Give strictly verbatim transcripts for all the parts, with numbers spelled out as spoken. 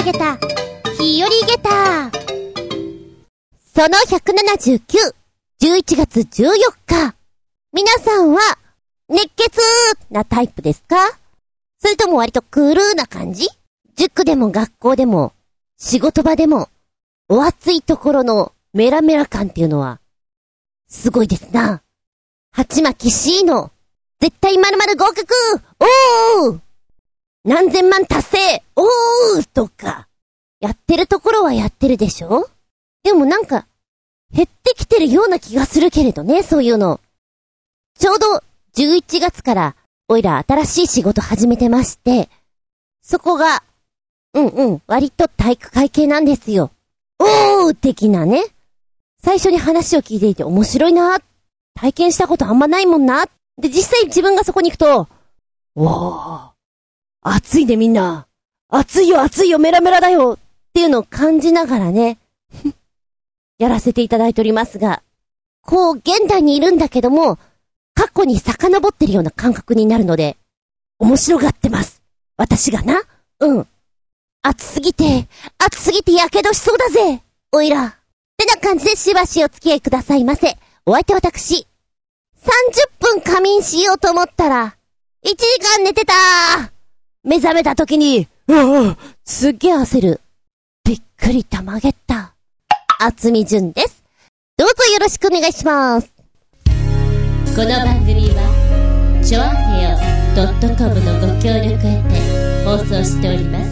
げた日和げたそのひゃくななじゅうきゅう、じゅういちがつじゅうよっか。皆さんは熱血なタイプですか？それとも割とクールーな感じ？塾でも学校でも仕事場でもお熱いところのメラメラ感っていうのはすごいですな。鉢巻き C の絶対〇〇合格おー何千万達成おーとかやってるところはやってるでしょ？でもなんか減ってきてるような気がするけれどね、そういうの。ちょうどじゅういちがつからおいら新しい仕事始めてまして、そこがうんうん割と体育会系なんですよ。おー的なね。最初に話を聞いていて面白いな。体験したことあんまないもんな。で実際自分がそこに行くと、おー暑いねみんな。暑いよ暑いよメラメラだよっていうのを感じながらねやらせていただいておりますが、こう現代にいるんだけども過去に遡ってるような感覚になるので面白がってます。私がな。うん。暑すぎて暑すぎてやけどしそうだぜおいらってな感じでしばしお付き合いくださいませ。お相手私さんじゅっぷん仮眠しようと思ったらいちじかん寝てたー。目覚めた時にうわすっげえ焦る。びっくりたまげった。厚み純です。どうぞよろしくお願いします。 この番組はちょあへよ .com のご協力へて放送しております。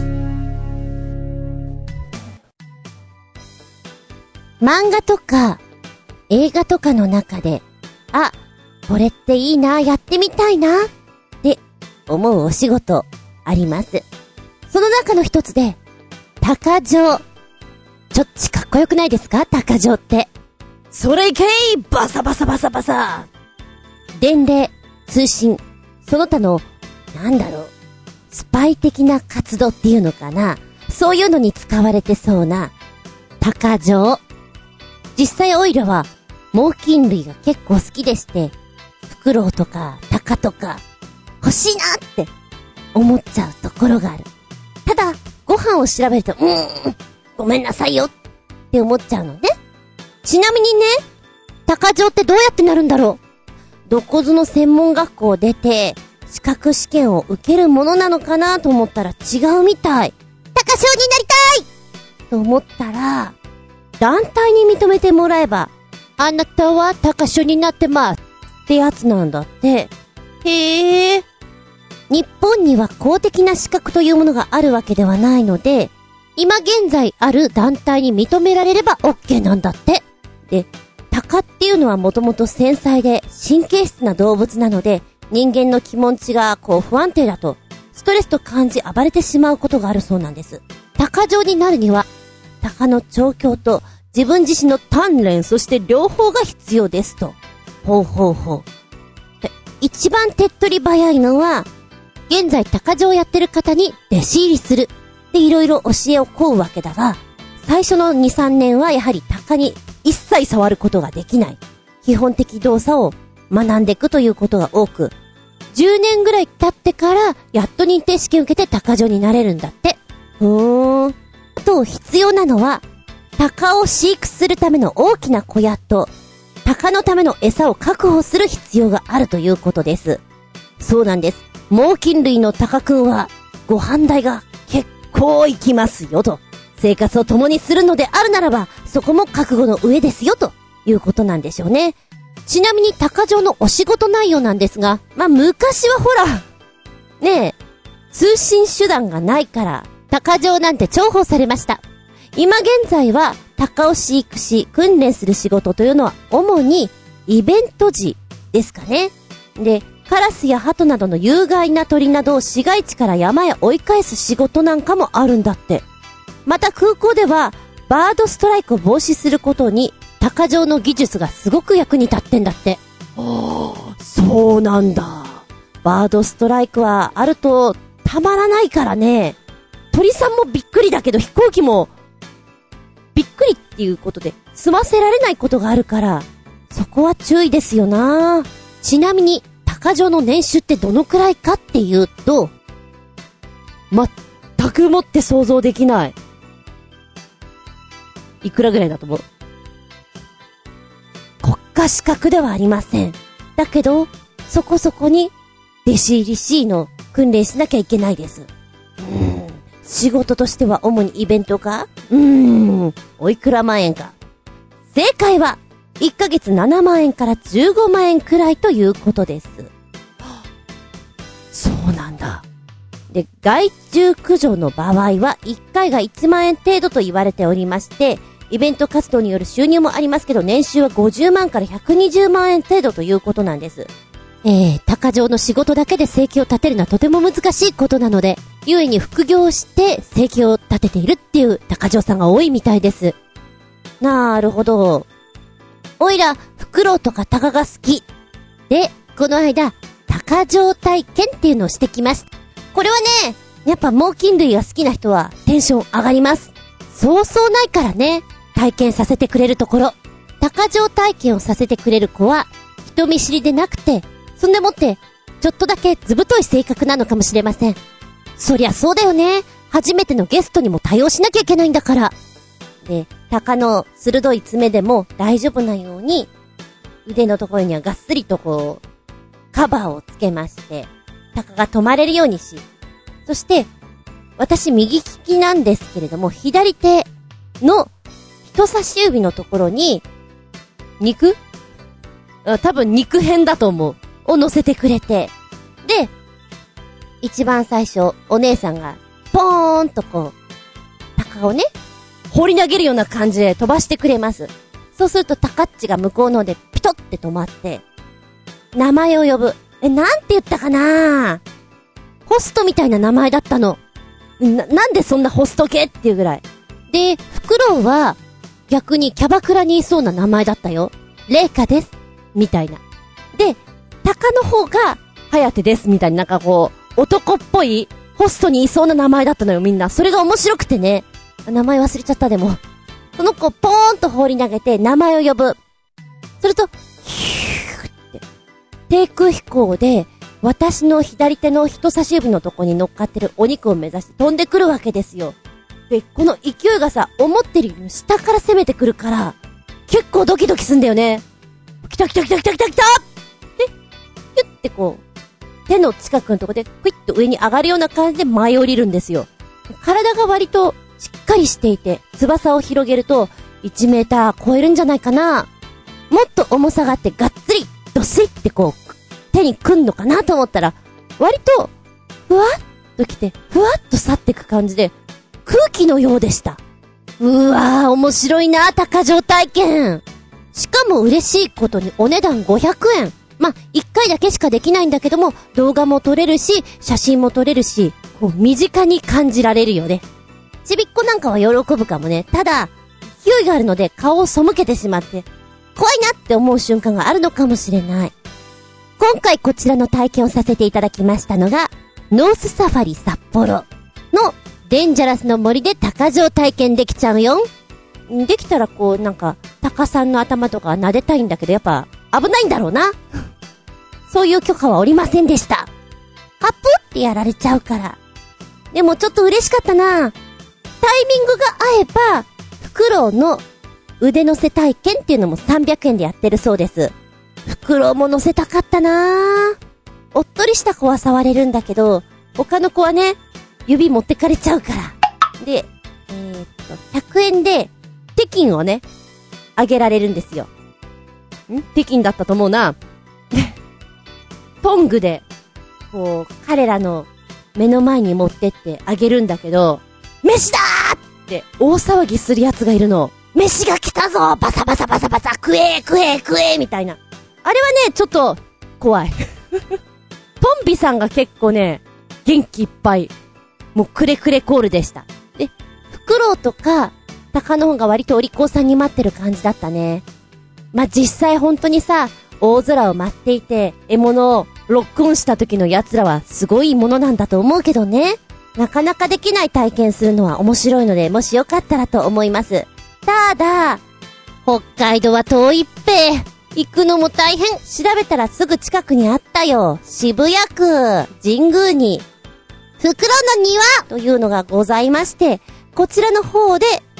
漫画とか映画とかの中で、あ、これっていいな、やってみたいなって思うお仕事あります。その中の一つで鷹匠。ちょっちかっこよくないですか？鷹匠って。それいけいバサバサバサバサ。伝令、通信、その他のなんだろうスパイ的な活動っていうのかな、そういうのに使われてそうな鷹匠。実際オイラは猛禽類が結構好きでして、フクロウとか鷹とか欲しいなって思っちゃうところがある。ただご飯を調べるとうーんごめんなさいよって思っちゃうのね。ちなみにね、鷹匠ってどうやってなるんだろう。どこぞの専門学校を出て資格試験を受けるものなのかなと思ったら違うみたい。鷹匠になりたいと思ったら団体に認めてもらえば、あなたは鷹匠になってますってやつなんだって。へー。日本には公的な資格というものがあるわけではないので、今現在ある団体に認められれば OK なんだって。で、鷹っていうのはもともと繊細で神経質な動物なので、人間の気持ちがこう不安定だとストレスと感じ暴れてしまうことがあるそうなんです。鷹匠になるには鷹の調教と自分自身の鍛錬、そして両方が必要ですと。ほうほうほう。で、一番手っ取り早いのは現在鷹匠をやってる方に弟子入りするでいろいろ教えを請うわけだが、最初の にさんねんはやはり鷹に一切触ることができない。基本的動作を学んでいくということが多く、じゅうねんぐらい経ってからやっと認定試験を受けて鷹匠になれるんだって。ふーん。あと必要なのは鷹を飼育するための大きな小屋と鷹のための餌を確保する必要があるということです。そうなんです。猛禽類の鷹くんはご飯代が結構いきますよと。生活を共にするのであるならばそこも覚悟の上ですよということなんでしょうね。ちなみに鷹匠のお仕事内容なんですが、まあ昔はほらねえ通信手段がないから鷹匠なんて重宝されました。今現在は鷹を飼育し訓練する仕事というのは主にイベント時ですかね。で、カラスやハトなどの有害な鳥などを市街地から山へ追い返す仕事なんかもあるんだって。また空港ではバードストライクを防止することに鷹匠の技術がすごく役に立ってんだって。ああ、そうなんだ。バードストライクはあるとたまらないからね。鳥さんもびっくりだけど飛行機もびっくりっていうことで済ませられないことがあるから、そこは注意ですよな。ちなみに鷹匠の年収ってどのくらいかっていうと、全くもって想像できない。 いくらぐらいだと思う？国家資格ではありません。だけど、そこそこに弟子入り C の訓練しなきゃいけないです。うーん。仕事としては主にイベントか？うーん。おいくら万円か。正解はいっかげつななまんえんからじゅうごまんえんくらいということです。そうなんだ。で、害虫駆除の場合はいっかいがいちまんえん程度と言われておりまして、イベント活動による収入もありますけど、年収はごじゅうまんからひゃくにじゅうまんえん程度ということなんです。えー、鷹匠の仕事だけで生計を立てるのはとても難しいことなので、故に副業をして生計を立てているっていう鷹匠さんが多いみたいです。なるほど。おいら、フクロウとかタカが好き。で、この間、鷹匠体験っていうのをしてきました。これはね、やっぱ猛禽類が好きな人はテンション上がります。そうそうないからね、体験させてくれるところ。鷹匠体験をさせてくれる子は、人見知りでなくて、そんでもって、ちょっとだけずぶとい性格なのかもしれません。そりゃそうだよね。初めてのゲストにも対応しなきゃいけないんだから。で、鷹の鋭い爪でも大丈夫なように、腕のところにはがっすりとこう、カバーをつけまして、鷹が止まれるようにし、そして、私右利きなんですけれども、左手の人差し指のところに、肉？多分肉片だと思う。を乗せてくれて、で、一番最初、お姉さんが、ポーンとこう、鷹をね、放り投げるような感じで飛ばしてくれます。そうすると、鷹っちが向こうの方でピトって止まって、名前を呼ぶ。え、なんて言ったかな？ホストみたいな名前だったの。な、なんでそんなホスト系っていうぐらい。で、フクロウは、逆にキャバクラにいそうな名前だったよ。レイカです。みたいな。で、鷹の方が、ハヤテです。みたいな、なんかこう、男っぽい、ホストにいそうな名前だったのよ、みんな。それが面白くてね。名前忘れちゃった、でも。その子、ポーンと放り投げて、名前を呼ぶ。それと、ヒューって、低空飛行で、私の左手の人差し指のとこに乗っかってるお肉を目指して飛んでくるわけですよ。で、この勢いがさ、思ってるより下から攻めてくるから、結構ドキドキすんだよね。来た来た来た来た来た来たで、キュッてこう、手の近くのとこで、クイッと上に上がるような感じで舞い降りるんですよ。体が割としっかりしていて、翼を広げると、いちメーター超えるんじゃないかな。もっと重さがあってがっつり、ドスイってこう、手にくんのかなと思ったら、割と、ふわっと来て、ふわっと去ってく感じで、空気のようでした。うわー、面白いな、鷹匠体験。しかも嬉しいことにお値段ごひゃくえん。まあ、いっかいだけしかできないんだけども、動画も撮れるし、写真も撮れるし、こう、身近に感じられるよね。ちびっこなんかは喜ぶかもね。ただ、勢いがあるので顔を背けてしまって、怖いなって思う瞬間があるのかもしれない。今回こちらの体験をさせていただきましたのが、ノースサファリ札幌のデンジャラスの森で鷹匠体験できちゃうよ。できたらこうなんか、鷹さんの頭とか撫でたいんだけどやっぱ危ないんだろうな。そういう許可はおりませんでした。ハップってやられちゃうから。でもちょっと嬉しかったな。タイミングが合えば、フクロウの腕乗せ体験っていうのもさんびゃくえんでやってるそうです。フクロウも乗せたかったなぁ。おっとりした子は触れるんだけど、他の子はね、指持ってかれちゃうから。で、えー、っと、ひゃくえんで、テキンをね、あげられるんですよ。ん？テキンだったと思うな。トングで、こう、彼らの目の前に持ってってあげるんだけど、飯だーって大騒ぎするやつがいるの。飯が来たぞバサバサバサバサ食え食え食えみたいな。あれはね、ちょっと、怖い。トンビさんが結構ね、元気いっぱい。もうくれくれコールでした。で、フクロウとか、タカの方が割とお利口さんに待ってる感じだったね。まあ、実際本当にさ、大空を舞っていて、獲物をロックオンした時の奴らはすごいものなんだと思うけどね。なかなかできない体験するのは面白いので、もしよかったらと思います。ただ、北海道は遠いっぺ。行くのも大変。調べたらすぐ近くにあったよ。渋谷区神宮にフクロウの庭というのがございまして、こちらの方で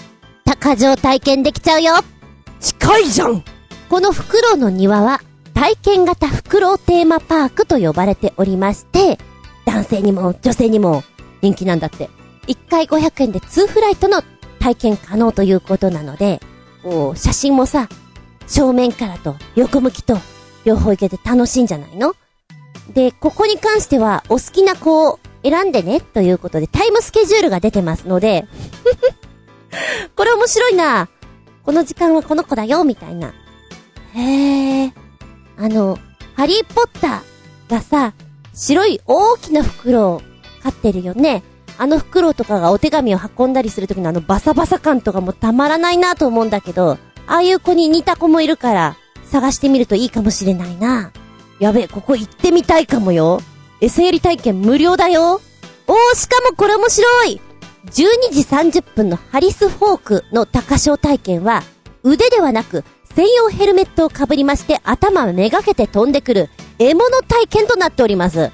鷹匠体験できちゃうよ。 近いじゃん。 このフクロウの庭は体験型フクロウテーマパークと呼ばれておりまして、男性にも女性にも人気なんだって。いっかいごひゃくえんでツーフライトの体験可能ということなので、こう写真もさ、正面からと横向きと両方行けて楽しいんじゃないの？で、ここに関してはお好きな子を選んでねということでタイムスケジュールが出てますのでこれ面白いな。この時間はこの子だよみたいな。へー。あの、ハリーポッターがさ、白い大きな袋を飼ってるよね。あの袋とかがお手紙を運んだりするときのあのバサバサ感とかもたまらないなと思うんだけど、ああいう子に似た子もいるから探してみるといいかもしれないな。やべえ、ここ行ってみたいかもよ。餌やり体験無料だよ。おー、しかもこれ面白い。じゅうにじさんじゅっぷんのハリスフォークの鷹匠体験は、腕ではなく専用ヘルメットをかぶりまして頭をめがけて飛んでくる獲物体験となっております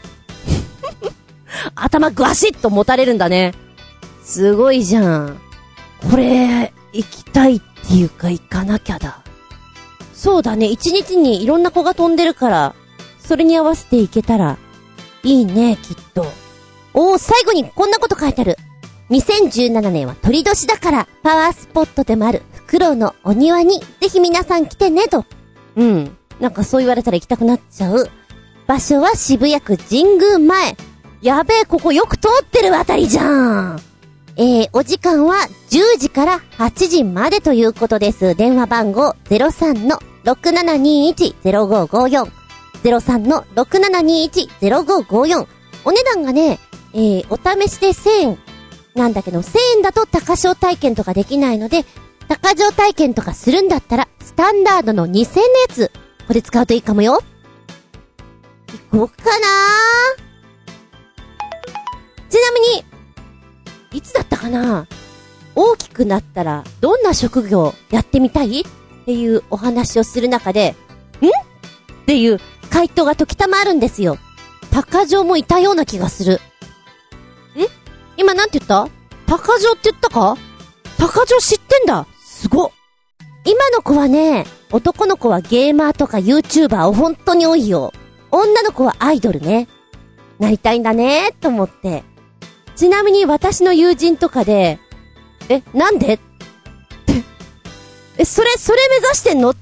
頭グワシッと持たれるんだね。すごいじゃん。これ行きたいっていうか行かなきゃだ。そうだね、一日にいろんな子が飛んでるからそれに合わせて行けたらいいね、きっと。おー、最後にこんなこと書いてある。にせんじゅうななねんは鳥年だからパワースポットでもあるフクロウのお庭にぜひ皆さん来てねと。うん。なんかそう言われたら行きたくなっちゃう。場所は渋谷区神宮前。やべえ、ここよく通ってるあたりじゃん。えー、お時間はじゅうじからはちじまでということです。電話番号 ゼロさんのろくななにいちゼロごごよん ゼロさんのろくななにいちゼロごごよん。お値段がね、えー、お試しでせんえんなんだけど、せんえんだと鷹匠体験とかできないので、鷹匠体験とかするんだったらスタンダードのにせんえんのやつ、これ使うといいかもよ。行こうかなー。ちなみにいつだったかな、大きくなったらどんな職業やってみたいっていうお話をする中で、んっていう回答が時たまあるんですよ。鷹匠もいたような気がする。ん今なんて言った？鷹匠って言ったか？鷹匠知ってんだ。すごっ。今の子はね、男の子はゲーマーとか YouTuber を本当に多いよ。女の子はアイドルね。なりたいんだねと思って。ちなみに私の友人とかで、え、なんで？え、それ、それ目指してんのって、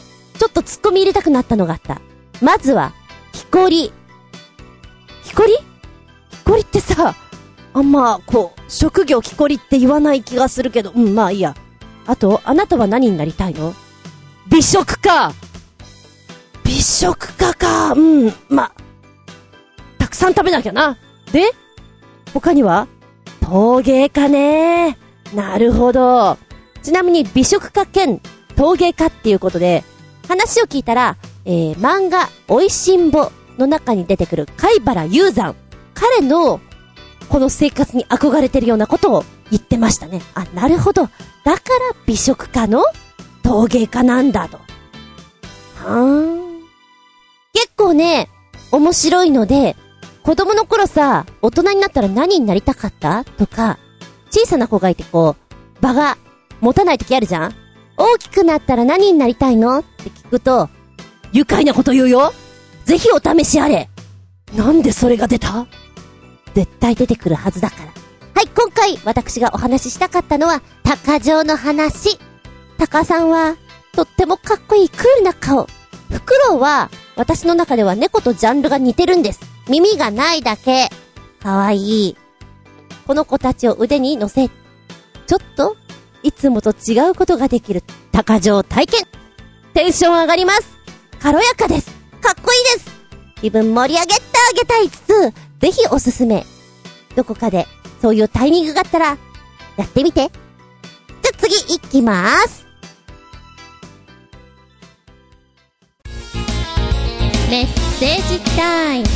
ちょっと突っ込み入れたくなったのがあった。まずは、ひこり。ひこり？ひこりってさ、あんま、こう、職業木こりって言わない気がするけど、うん、まあいいや。あと、あなたは何になりたいの？美食家！美食家か。うん、ま、たくさん食べなきゃな。で、他には？陶芸家ね。なるほど。ちなみに美食家兼陶芸家っていうことで、話を聞いたら、えー、漫画、おいしんぼの中に出てくる貝原雄山。彼の、この生活に憧れてるようなことを言ってましたね。あ、なるほど。だから美食家の陶芸家なんだと。はーん。結構ね、面白いので、子供の頃さ、大人になったら何になりたかったとか、小さな子がいてこう、場が持たない時あるじゃん？大きくなったら何になりたいのって聞くと、愉快なこと言うよ。ぜひお試しあれ。なんでそれが出た？絶対出てくるはずだから。はい、今回私がお話ししたかったのは鷹匠の話。鷹さんはとってもかっこいいクールな顔。フクロウは私の中では猫とジャンルが似てるんです。耳がないだけ。かわいい。この子たちを腕に乗せ、ちょっといつもと違うことができる鷹匠体験。テンション上がります。軽やかです。かっこいいです。気分盛り上げてあげたいつつ、ぜひおすすめ。どこかでそういうタイミングがあったらやってみて。じゃあ次行きまーす。 メッセージタイム。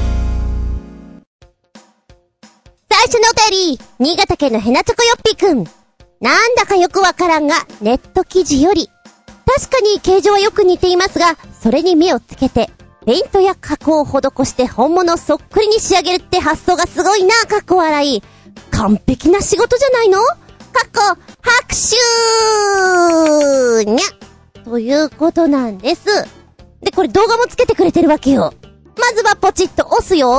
最初のお便り、新潟県のヘナチョコヨッピーくん。なんだかよくわからんが、ネット記事より、確かに形状はよく似ていますが、それに目をつけて、ペイントや加工を施して本物そっくりに仕上げるって発想がすごいな、かっこ笑い。完璧な仕事じゃないの？か過去拍手にゃということなんです。で、これ動画もつけてくれてるわけよ。まずはポチッと押すよ。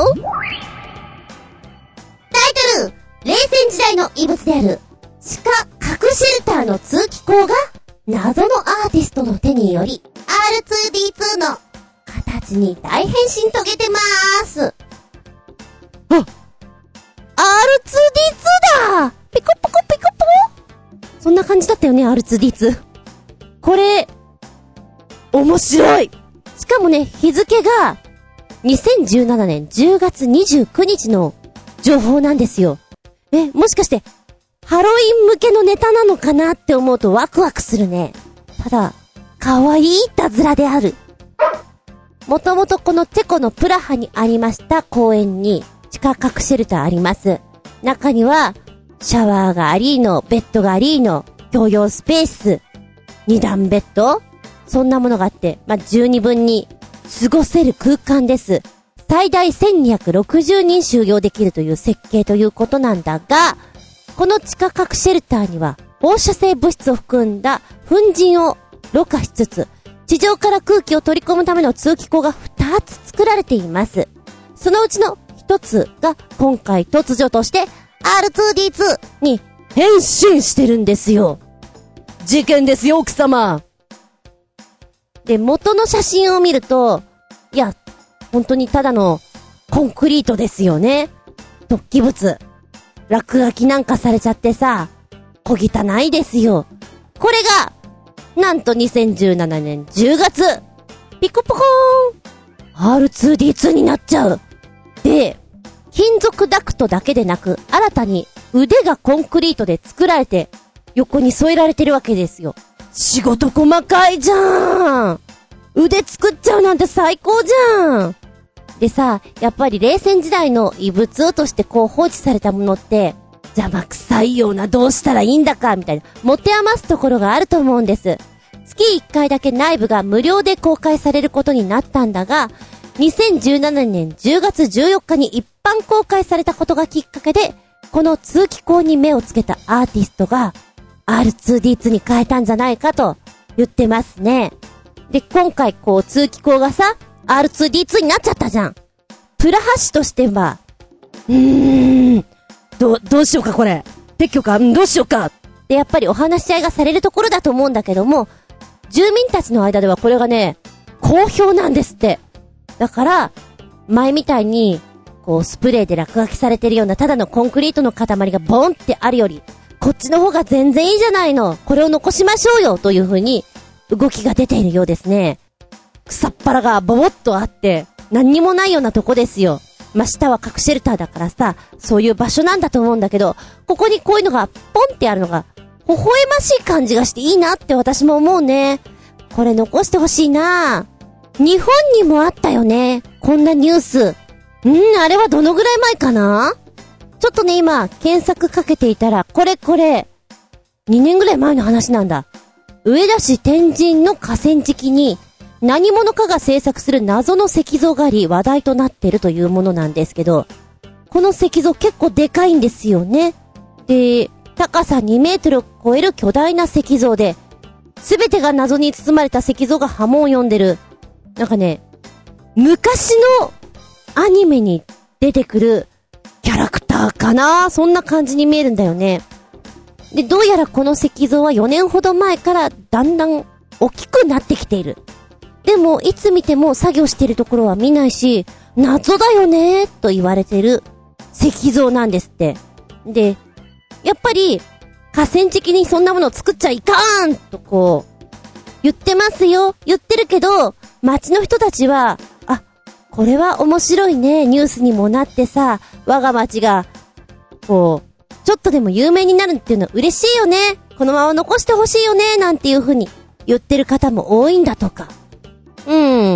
タイトル、冷戦時代の遺物である地下核シェルターの通気口が謎のアーティストの手により アールツーディーツー の形に大変身遂げてまーす。あ、アールツーディーツー だ。ピコポコピコポコ。そんな感じだったよね、アールツーディーツー。これ面白い。しかもね、日付がにせんじゅうななねんじゅうがつにじゅうくにちの情報なんですよ。え、もしかしてハロウィン向けのネタなのかなって思うとワクワクするね。ただ、可愛いいたずらである。もともとこのチェコのプラハにありました公園に地下核シェルターあります。中にはシャワーがありの、ベッドがありの、共用スペース、二段ベッド、そんなものがあって、まあ、十二分に過ごせる空間です。最大せんにひゃくろくじゅうにん収容できるという設計ということなんだが、この地下核シェルターには放射性物質を含んだ粉塵をろ過しつつ、地上から空気を取り込むための通気口がふたつ作られています。そのうちのひとつが今回突如として アールツーディーツー に変身してるんですよ。事件ですよ、奥様。で、元の写真を見ると、いや、本当にただのコンクリートですよね。突起物。落書きなんかされちゃってさ、小汚いですよ。これが、なんとにせんじゅうななねんじゅうがつ、ピコポコーン アールツーディーツー になっちゃう。で、金属ダクトだけでなく、新たに腕がコンクリートで作られて、横に添えられてるわけですよ。仕事細かいじゃん。腕作っちゃうなんて最高じゃん。でさ、やっぱり冷戦時代の遺物としてこう放置されたものって、邪魔くさいような、どうしたらいいんだかみたいな持て余すところがあると思うんです。月いっかいだけ内部が無料で公開されることになったんだが、にせんじゅうななねんじゅうがつじゅうよっかに一般公開されたことがきっかけで、この通気口に目をつけたアーティストが アールツーディーツー に変えたんじゃないかと言ってますね。で、今回こう通気口がさ アールツーディーツー になっちゃったじゃん。プラハ市としてはうーんどどうしようか、これ撤去か、どうしようかで、やっぱりお話し合いがされるところだと思うんだけども、住民たちの間ではこれがね好評なんですって。だから前みたいにこうスプレーで落書きされてるようなただのコンクリートの塊がボンってあるより、こっちの方が全然いいじゃないの、これを残しましょうよという風に動きが出ているようですね。草っ腹がボボッとあって何にもないようなとこですよ。まあ、下は核シェルターだからさ、そういう場所なんだと思うんだけど、ここにこういうのがポンってあるのが微笑ましい感じがしていいなって私も思うね。これ残してほしいな。日本にもあったよね、こんなニュース。んあれはどのぐらい前かな。ちょっとね今検索かけていたら、これこれにねんぐらい前の話なんだ。上田市天神の河川敷に何者かが制作する謎の石像があり話題となっているというものなんですけど、この石像結構でかいんですよね。で、高さにメートルを超える巨大な石像で、すべてが謎に包まれた石像が波紋を読んでる。なんかね、昔のアニメに出てくるキャラクターかな、そんな感じに見えるんだよね。で、どうやらこの石像はよねんほど前からだんだん大きくなってきている。でもいつ見ても作業しているところは見ないし、謎だよねと言われてる石像なんですって。で、やっぱり河川敷にそんなものを作っちゃいかんとこう言ってますよ。言ってるけど町の人たちは、あ、これは面白いね、ニュースにもなってさ、我が町がこうちょっとでも有名になるっていうのは嬉しいよね、このまま残してほしいよね、なんていう風に言ってる方も多いんだとか。うん、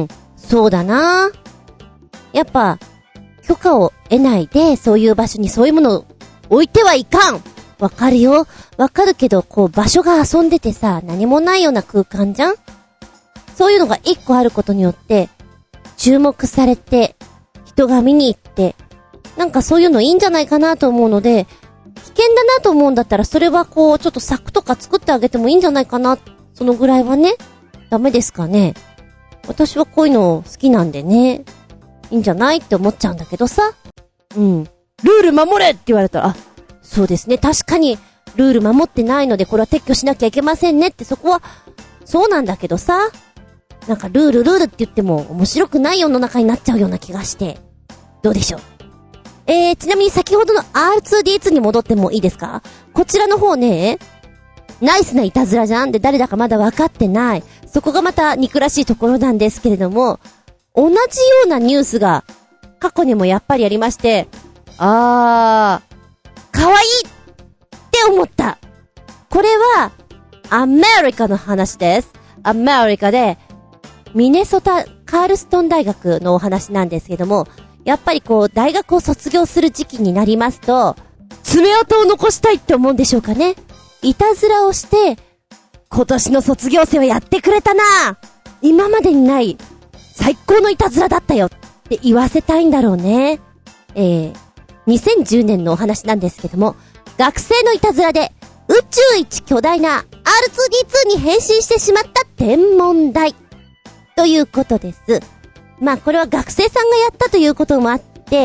そうだな。やっぱ許可を得ないでそういう場所にそういうものを置いてはいかん。わかるよ、わかるけど、こう場所が遊んでてさ、何もないような空間じゃん。そういうのが一個あることによって注目されて人が見に行って、なんかそういうのいいんじゃないかなと思うので、 危険だなと思うんだったら、それはこう、ちょっと柵とか作ってあげてもいいんじゃないかな。そのぐらいはね、ダメですかね。私はこういうの好きなんでね、いいんじゃないって思っちゃうんだけどさ。うん。ルール守れって言われたら、あ、そうですね、確かに、ルール守ってないので、これは撤去しなきゃいけませんねって、そこは、そうなんだけどさ。なんかルールルールって言っても面白くない世の中になっちゃうような気がして。どうでしょう。えー、ちなみに先ほどの アールツーディーツー に戻ってもいいですか？こちらの方ね、ナイスないたずらじゃんで誰だかまだ分かってない。そこがまた憎らしいところなんですけれども、同じようなニュースが過去にもやっぱりありまして、あー、かわいいって思った。これはアメリカの話です。アメリカでミネソタカールストン大学のお話なんですけども、やっぱりこう大学を卒業する時期になりますと、爪痕を残したいって思うんでしょうかね。いたずらをして、今年の卒業生はやってくれたな、今までにない最高のいたずらだったよって言わせたいんだろうね。えー、にせんじゅうねんのお話なんですけども、学生のいたずらで宇宙一巨大な アールツーディーツー に変身してしまった天文台ということです。まあこれは学生さんがやったということもあって、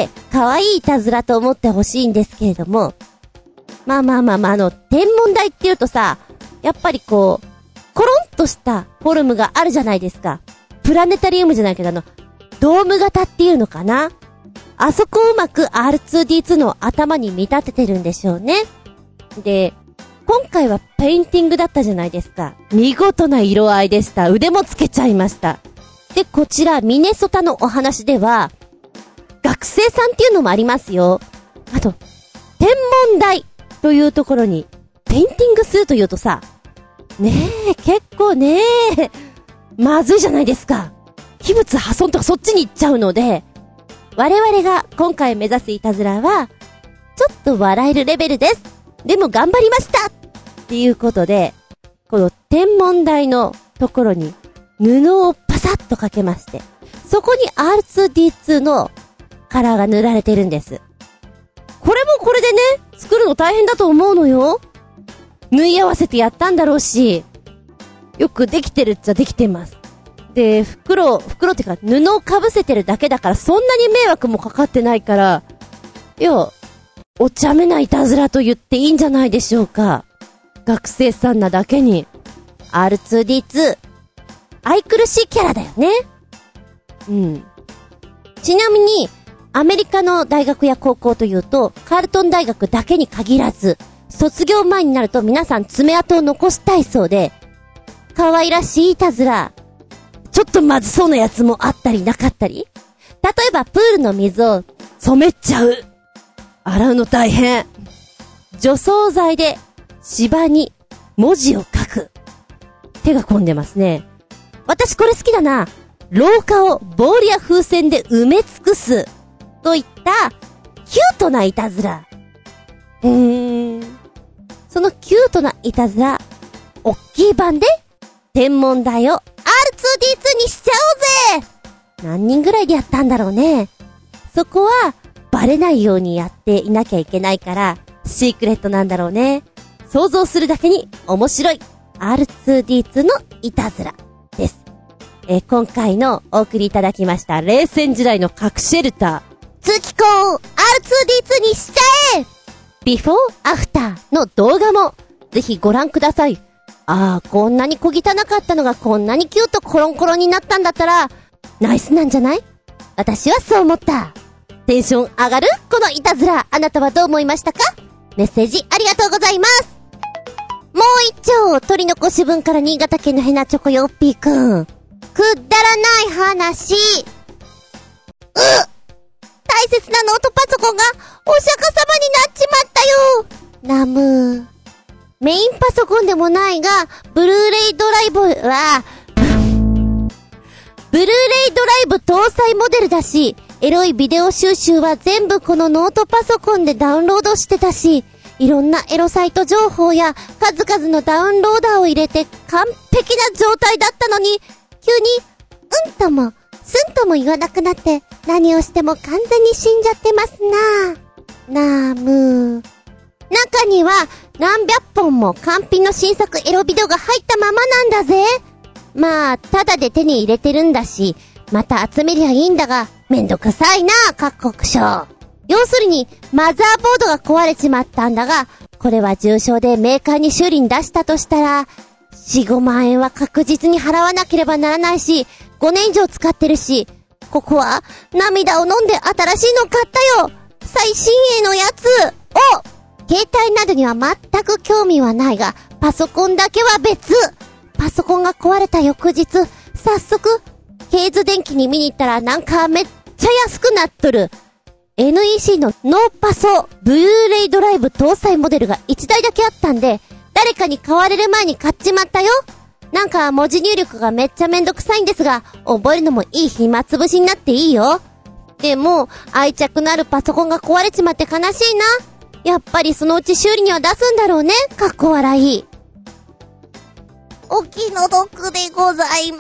可愛いいたずらと思ってほしいんですけれども、まあまあまあまあ、あの、天文台っていうとさ、やっぱりこう、コロンとしたフォルムがあるじゃないですか。プラネタリウムじゃないけど、あの、ドーム型っていうのかな。あそこをうまく アールツーディーツー の頭に見立ててるんでしょうね。で、今回はペインティングだったじゃないですか。見事な色合いでした。腕もつけちゃいました。で、こちら、ミネソタのお話では、学生さんっていうのもありますよ。あと、天文台というところに、ペインティングするというとさ、ねえ、結構ねえ、まずいじゃないですか。器物破損とかそっちに行っちゃうので、我々が今回目指すいたずらは、ちょっと笑えるレベルです。でも頑張りましたっていうことで、この天文台のところに布をパサッとかけまして、そこに アールツーディーツー のカラーが塗られてるんです。これもこれでね、作るの大変だと思うのよ。縫い合わせてやったんだろうし、よくできてるっちゃできてます。で、袋、袋ってか布をかぶせてるだけだからそんなに迷惑もかかってないから、いや、お茶目ないたずらと言っていいんじゃないでしょうか。学生さんなだけに アールツーディーツー 愛くるしいキャラだよね。うん。ちなみにアメリカの大学や高校というとカールトン大学だけに限らず、卒業前になると皆さん爪痕を残したいそうで、可愛らしいいたずら、ちょっとまずそうなやつもあったりなかったり。例えばプールの水を染めちゃう。洗うの大変。除草剤で芝に文字を書く。手が込んでますね。私これ好きだな。廊下をボールや風船で埋め尽くす。といったキュートないたずら。うーん。そのキュートないたずら、おっきい版で天文台を アールツーディーツー にしちゃおうぜ。何人ぐらいでやったんだろうね。そこはバレないようにやっていなきゃいけないからシークレットなんだろうね。想像するだけに面白い アールツーディーツー のいたずらです。えー、今回のお送りいただきました冷戦時代の核シェルター通気口を アールツーディーツー にしちゃえ。ビフォーアフターの動画もぜひご覧ください。あー、こんなに小汚かったのがこんなにキュートコロンコロンになったんだったらナイスなんじゃない？私はそう思った。テンション上がるこのいたずら、あなたはどう思いましたか？メッセージありがとうございます。もう一丁、取り残し分から新潟県のヘナチョコヨッピーくん。くだらない話。うっ！大切なノートパソコンがお釈迦様になっちまったよ。ナムー。メインパソコンでもないが、ブルーレイドライブは、ブルーレイドライブ搭載モデルだし、エロいビデオ収集は全部このノートパソコンでダウンロードしてたし、いろんなエロサイト情報や数々のダウンローダーを入れて完璧な状態だったのに、急に、うんとも、すんとも言わなくなって、何をしても完全に死んじゃってますなぁ。なーむー。 中には何百本も完品の新作エロビデオが入ったままなんだぜ。まあ、ただで手に入れてるんだし、また集めりゃいいんだが、めんどくさいな、各国省。要するに、マザーボードが壊れちまったんだが、これは重傷でメーカーに修理に出したとしたら、よん、ごまん円は確実に払わなければならないし、ごねん以上使ってるし、ここは涙を飲んで新しいの買ったよ。最新鋭のやつを、携帯などには全く興味はないが、パソコンだけは別。パソコンが壊れた翌日、早速、ケイズ電機に見に行ったらなんかめっちゃ安くなっとる。エヌイーシー のノーパソ、ブルーレイドライブ搭載モデルがいちだいだけあったんで、誰かに買われる前に買っちまったよ。なんか文字入力がめっちゃめんどくさいんですが、覚えるのもいい暇つぶしになっていいよ。でも、愛着のあるパソコンが壊れちまって悲しいな。やっぱりそのうち修理には出すんだろうね。かっこ笑い。お気の毒でございます。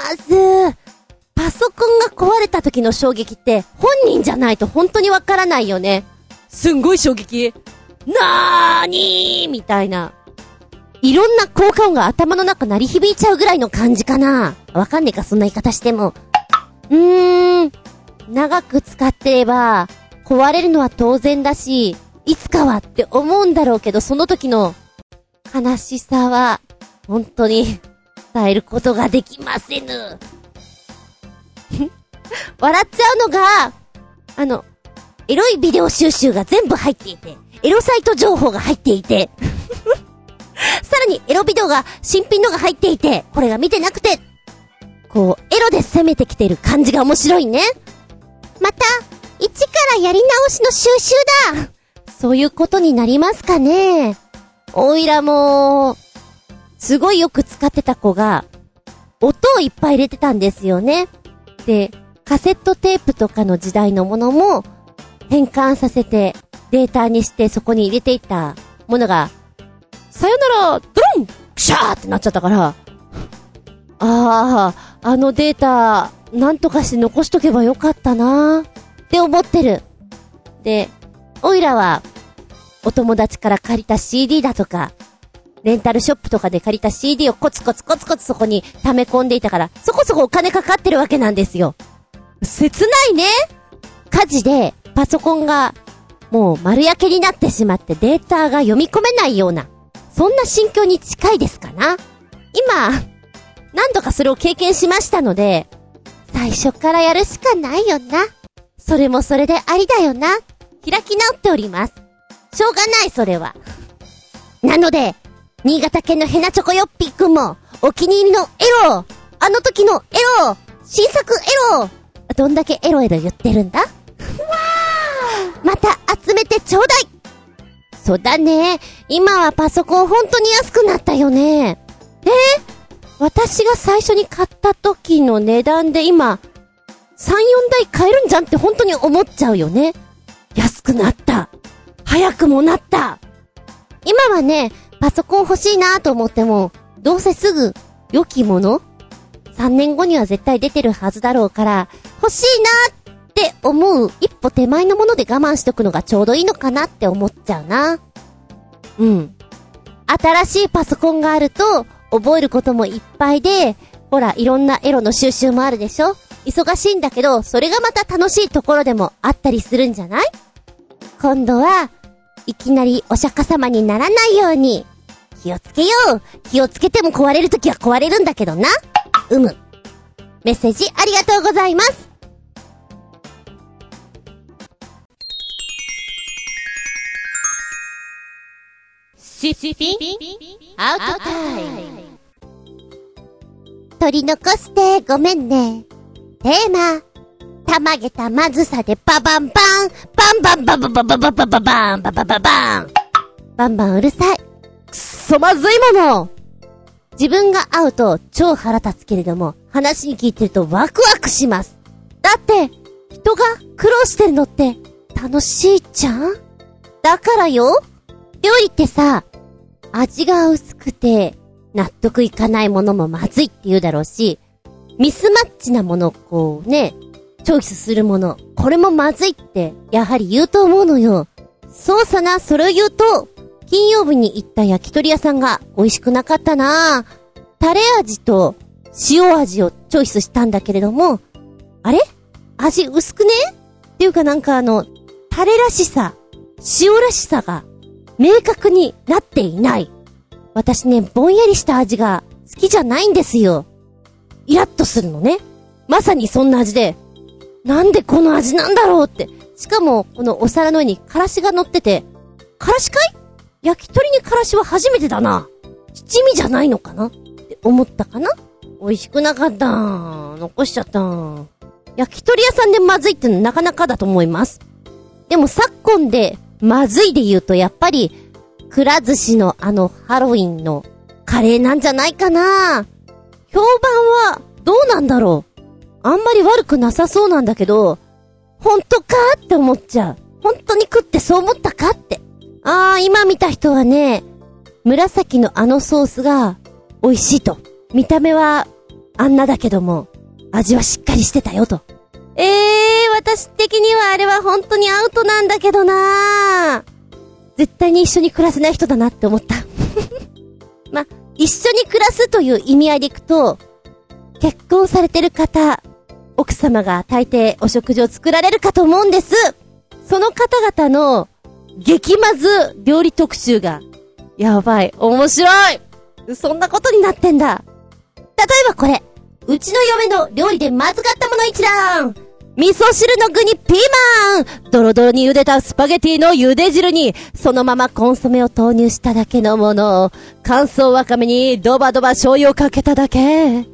パソコンが壊れた時の衝撃って本人じゃないと本当にわからないよね。 すんごい衝撃。 なーにーみたいな。いろんな効果音が頭の中鳴り響いちゃうぐらいの感じかな。わかんねえか、そんな言い方しても。うーん。長く使ってれば壊れるのは当然だし、いつかはって思うんだろうけど、その時の悲しさは本当に伝えることができませぬ。笑っちゃうのが、あの、エロいビデオ収集が全部入っていて、エロサイト情報が入っていて、さらにエロビデオが新品のが入っていて、これが見てなくて、こう、エロで攻めてきてる感じが面白いね。また、一からやり直しの収集だ。そういうことになりますかね。おいらも、すごいよく使ってた子が、音をいっぱい入れてたんですよね。で、カセットテープとかの時代のものも変換させてデータにしてそこに入れていったものが、さよなら、ドロンクシャーってなっちゃったから、ああ、あのデータ、なんとかして残しとけばよかったなーって思ってる。で、おいらは、お友達から借りた シーディー だとか、レンタルショップとかで借りた シーディー をコツコツコツコツそこに溜め込んでいたから、そこそこお金かかってるわけなんですよ。切ないね。火事でパソコンがもう丸焼けになってしまってデータが読み込めないような、そんな心境に近いですかな。今、何度かそれを経験しましたので、最初からやるしかないよな。それもそれでありだよな。開き直っております。しょうがない、それは。なので、新潟県のヘナチョコヨッピーくんも、お気に入りのエロ、あの時のエロ、新作エロ、どんだけエロエロ言ってるんだ？わー！また集めてちょうだい！そうだね。今はパソコン本当に安くなったよね。えー、私が最初に買った時の値段で今、さん、よんだい買えるんじゃんって本当に思っちゃうよね。安くなった。早くもなった。今はね、パソコン欲しいなと思っても、どうせすぐ良きものさんねんごには絶対出てるはずだろうから、欲しいなって思う一歩手前のもので我慢しとくのがちょうどいいのかなって思っちゃうな。うん。新しいパソコンがあると覚えることもいっぱいで、ほらいろんなエロの収集もあるでしょ。忙しいんだけど、それがまた楽しいところでもあったりするんじゃない？今度はいきなりお釈迦様にならないように気をつけよう。気をつけても壊れるときは壊れるんだけどな。うむ。メッセージありがとうございます。 シッピンアウトタイム。 取り残してごめんね。テーマ、たまげたまずさでババンバンバンバンバンバンバンバンバンバンバンバンバンバンバンバンバンうるさい。くっそまずいもの。自分が会うと超腹立つけれども、話に聞いてるとワクワクします。だって人が苦労してるのって楽しいじゃん。だからよ。料理ってさ、味が薄くて納得いかないものもまずいって言うだろうし、ミスマッチなものをこうね、チョイスするもの、これもまずいってやはり言うと思うのよ。そうさな、それを言うと金曜日に行った焼き鳥屋さんが美味しくなかったなぁ。タレ味と塩味をチョイスしたんだけれども、あれ？味薄くね？っていうかなんかあの、タレらしさ、塩らしさが明確になっていない。私ね、ぼんやりした味が好きじゃないんですよ。イラッとするのね。まさにそんな味で、なんでこの味なんだろうって。しかも、このお皿の上にからしが乗ってて、からしかい？焼き鳥にからしは初めてだな。七味じゃないのかなって思ったかな？美味しくなかった。残しちゃった。焼き鳥屋さんでまずいってのなかなかだと思います。でも昨今でまずいで言うとやっぱり、くら寿司のあのハロウィンのカレーなんじゃないかな。評判はどうなんだろう。あんまり悪くなさそうなんだけど、本当かって思っちゃう。本当に食ってそう思ったかって。あー、今見た人はね、紫のあのソースが美味しいと。見た目はあんなだけども、味はしっかりしてたよと。えー、私的にはあれは本当にアウトなんだけどなー。絶対に一緒に暮らせない人だなって思った。ま、一緒に暮らすという意味合いでいくと、結婚されてる方、奥様が大抵お食事を作られるかと思うんです。その方々の激まず料理特集が、やばい、面白い。そんなことになってんだ。例えばこれ、うちの嫁の料理でまずかったもの一覧。味噌汁の具にピーマン、ドロドロに茹でたスパゲティの茹で汁にそのままコンソメを投入しただけのもの、乾燥わかめにドバドバ醤油をかけただけ。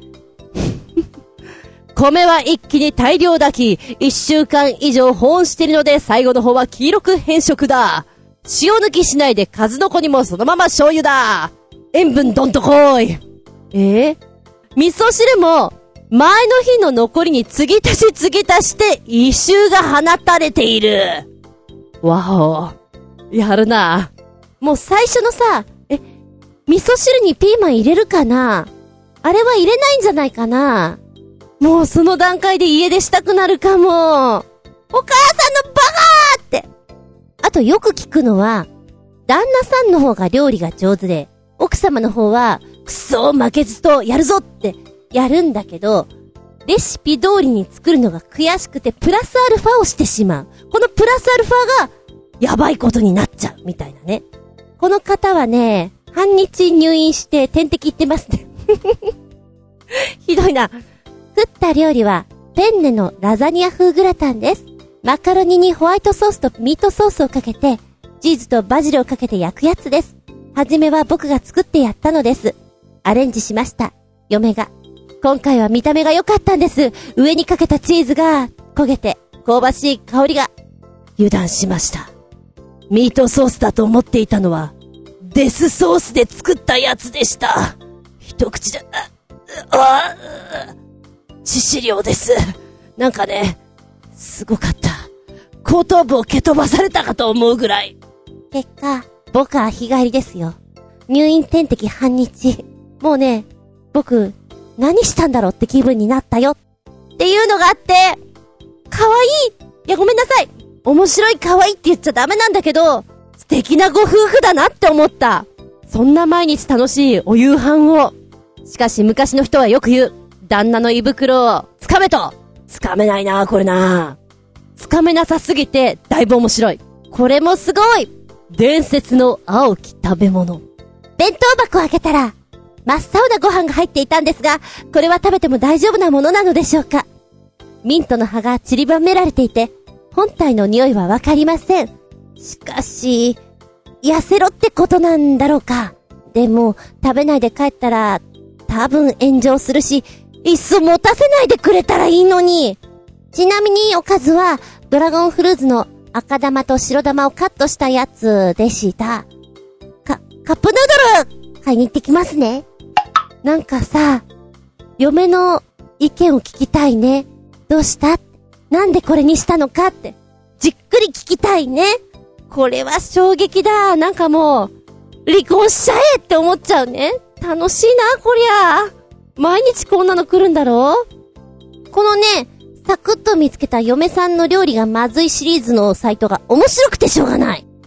米は一気に大量炊き、一週間以上保温しているので最後の方は黄色く変色だ。塩抜きしないで数の子にもそのまま醤油だ。塩分どんとこい。えー、味噌汁も前の日の残りに継ぎ足し継ぎ足して異臭が放たれている。わお、やるな。もう最初のさ、え、味噌汁にピーマン入れるかな？あれは入れないんじゃないかな？もうその段階で家出したくなるかも。お母さんのバカーって。あとよく聞くのは、旦那さんの方が料理が上手で、奥様の方は、くそー負けずとやるぞってやるんだけど、レシピ通りに作るのが悔しくてプラスアルファをしてしまう。このプラスアルファがやばいことになっちゃうみたいなね。この方はね、半日入院して点滴行ってますね。ひどいな。作った料理はペンネのラザニア風グラタンです。マカロニにホワイトソースとミートソースをかけて、チーズとバジルをかけて焼くやつです。はじめは僕が作ってやったのです。アレンジしました。嫁が。今回は見た目が良かったんです。上にかけたチーズが焦げて香ばしい香りが。油断しました。ミートソースだと思っていたのはデスソースで作ったやつでした。一口で、あ、あ、致死量です。なんかね、すごかった。後頭部を蹴飛ばされたかと思うぐらい。結果、僕は日帰りですよ。入院点滴半日。もうね、僕、何したんだろうって気分になったよ。っていうのがあって、可愛い。いや、ごめんなさい。面白い可愛いって言っちゃダメなんだけど、素敵なご夫婦だなって思った。そんな毎日楽しいお夕飯を。しかし昔の人はよく言う。旦那の胃袋をつかめと。つかめないな、これな。つかめなさすぎて、だいぶ面白い。これもすごい。伝説の青き食べ物。弁当箱を開けたら、真っ青なご飯が入っていたんですが、これは食べても大丈夫なものなのでしょうか。ミントの葉が散りばめられていて、本体の匂いはわかりません。しかし、痩せろってことなんだろうか。でも、食べないで帰ったら、多分炎上するし、いっそ持たせないでくれたらいいのに。ちなみにおかずは、ドラゴンフルーツの赤玉と白玉をカットしたやつでした。か、カップヌードル買いに行ってきますね。なんかさ、嫁の意見を聞きたいね。どうした？なんでこれにしたのかって、じっくり聞きたいね。これは衝撃だ。なんかもう、離婚しちゃえって思っちゃうね。楽しいな、こりゃ。毎日こんなの来るんだろう？このね、サクッと見つけた嫁さんの料理がまずいシリーズのサイトが面白くてしょうがない。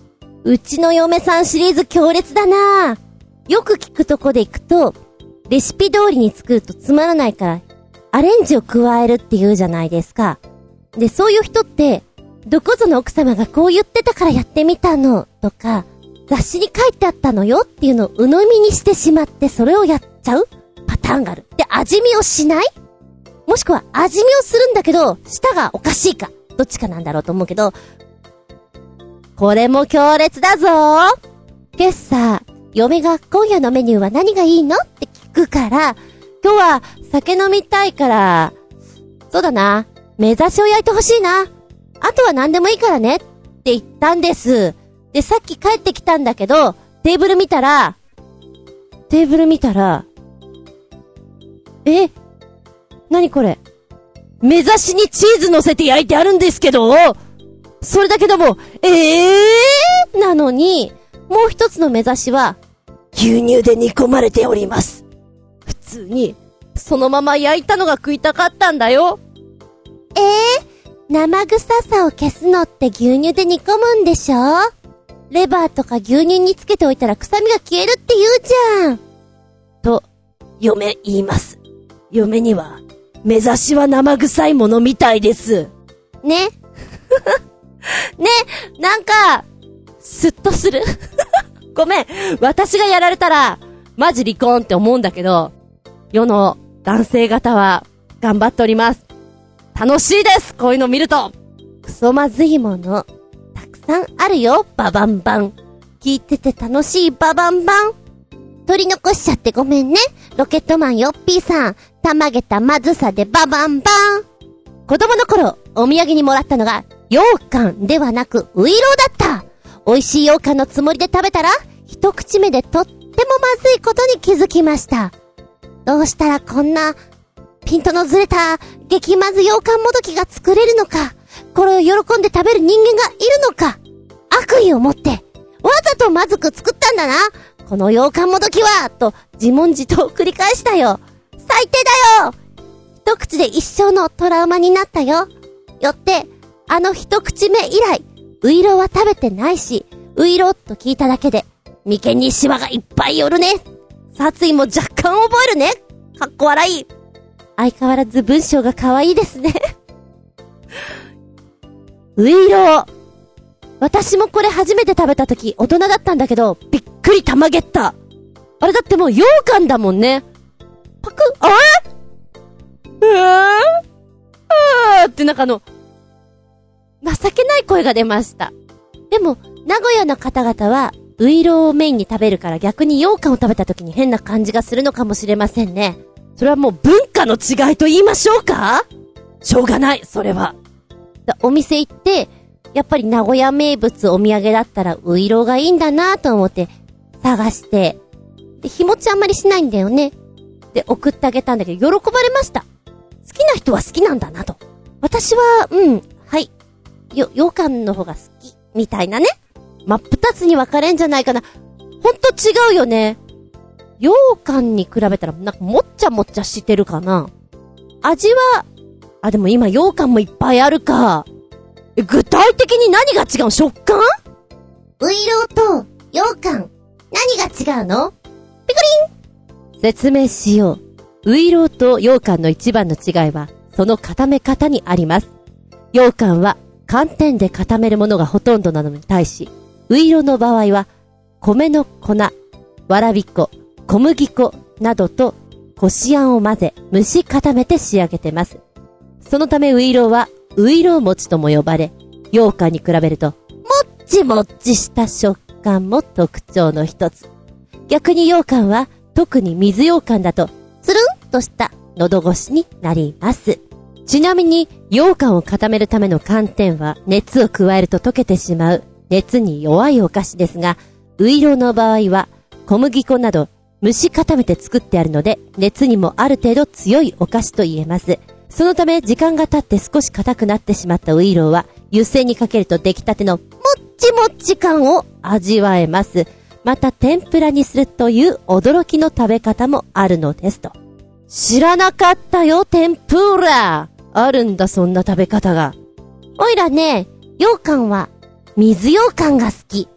うちの嫁さんシリーズ強烈だな。よく聞くとこで行くと、レシピ通りに作るとつまらないから、アレンジを加えるって言うじゃないですか。で、そういう人って、どこぞの奥様がこう言ってたからやってみたの、とか、雑誌に書いてあったのよっていうのを鵜呑みにしてしまって、それをやっちゃうパターンがある。で、味見をしない？もしくは味見をするんだけど、舌がおかしいか。どっちかなんだろうと思うけど、これも強烈だぞー。今朝、嫁が今夜のメニューは何がいいのって聞くから、今日は酒飲みたいから、そうだな、目指しを焼いてほしいな。あとは何でもいいからねって言ったんです。で、さっき帰ってきたんだけど、テーブル見たら、テーブル見たら、え、なにこれ？目指しにチーズ乗せて焼いてあるんですけど、それだけども、えーなのに、もう一つの目指しは、牛乳で煮込まれております。普通に、そのまま焼いたのが食いたかったんだよ。えー、生臭さを消すのって牛乳で煮込むんでしょ？レバーとか牛乳につけておいたら臭みが消えるって言うじゃん。と、嫁言います。嫁には、目指しは生臭いものみたいです。ね。ね、なんか、スッとするごめん、私がやられたら、マジ離婚って思うんだけど、世の男性方は、頑張っております。楽しいです、こういうの見ると。クソまずいもの、たくさんあるよ、ババンバン。聞いてて楽しいババンバン。取り残しちゃってごめんね。ロケットマンよっぴーさん、たまげたまずさでババンバン。子供の頃、お土産にもらったのが、羊羹ではなく、ウイローだった。美味しい羊羹のつもりで食べたら、一口目でとってもまずいことに気づきました。どうしたらこんな、ピントのずれた、激まず羊羹もどきが作れるのか。これを喜んで食べる人間がいるのか。悪意を持って、わざとまずく作ったんだな。この羊羹もどきは、と自問自答を繰り返したよ。最低だよ。一口で一生のトラウマになったよ。よって、あの一口目以来、ウイローは食べてないし、ウイローと聞いただけで、眉間にシワがいっぱい寄るね。殺意も若干覚えるね。かっこ笑い。相変わらず文章が可愛いですね。ウイロー。私もこれ初めて食べたとき大人だったんだけど、びっくりたまげった。あれだってもう羊羹だもんね。パクッ、あれ？うーあーってなんかあの、情けない声が出ました。でも、名古屋の方々は、ウイローをメインに食べるから逆に羊羹を食べた時に変な感じがするのかもしれませんね。それはもう文化の違いと言いましょうか？しょうがない、それは。お店行って、やっぱり名古屋名物お土産だったらウイローがいいんだなと思って探して、で、日持ちあんまりしないんだよね。で、送ってあげたんだけど、喜ばれました。好きな人は好きなんだなと。私は、うん、はい。よ、羊羹の方が好き、みたいなね。真っ二つに分かれんじゃないかな。ほんと違うよね。羊羹に比べたら、なんかもっちゃもっちゃしてるかな。味は、あ、でも今羊羹もいっぱいあるか。え、具体的に何が違う？食感？ウイローと羊羹、何が違うの？ピクリン！説明しよう。ウイローと羊羹の一番の違いは、その固め方にあります。羊羹は寒天で固めるものがほとんどなのに対し、ウイローの場合は、米の粉、わらび粉、小麦粉などとこしあんを混ぜ、蒸し固めて仕上げてます。そのためウイローは、ウイロー餅とも呼ばれ、羊羹に比べると、もっちもっちした食感も特徴の一つ。逆に羊羹は、特に水羊羹だと、つるんとした喉越しになります。ちなみに、羊羹を固めるための寒天は、熱を加えると溶けてしまう、熱に弱いお菓子ですが、ウイローの場合は、小麦粉など、蒸し固めて作ってあるので、熱にもある程度強いお菓子と言えます。そのため時間が経って少し硬くなってしまったウイローは湯煎にかけると出来たてのもっちもっち感を味わえます。また天ぷらにするという驚きの食べ方もあるのですと。知らなかったよ、天ぷら。あるんだ、そんな食べ方が。おいらね、羊羹は水羊羹が好き。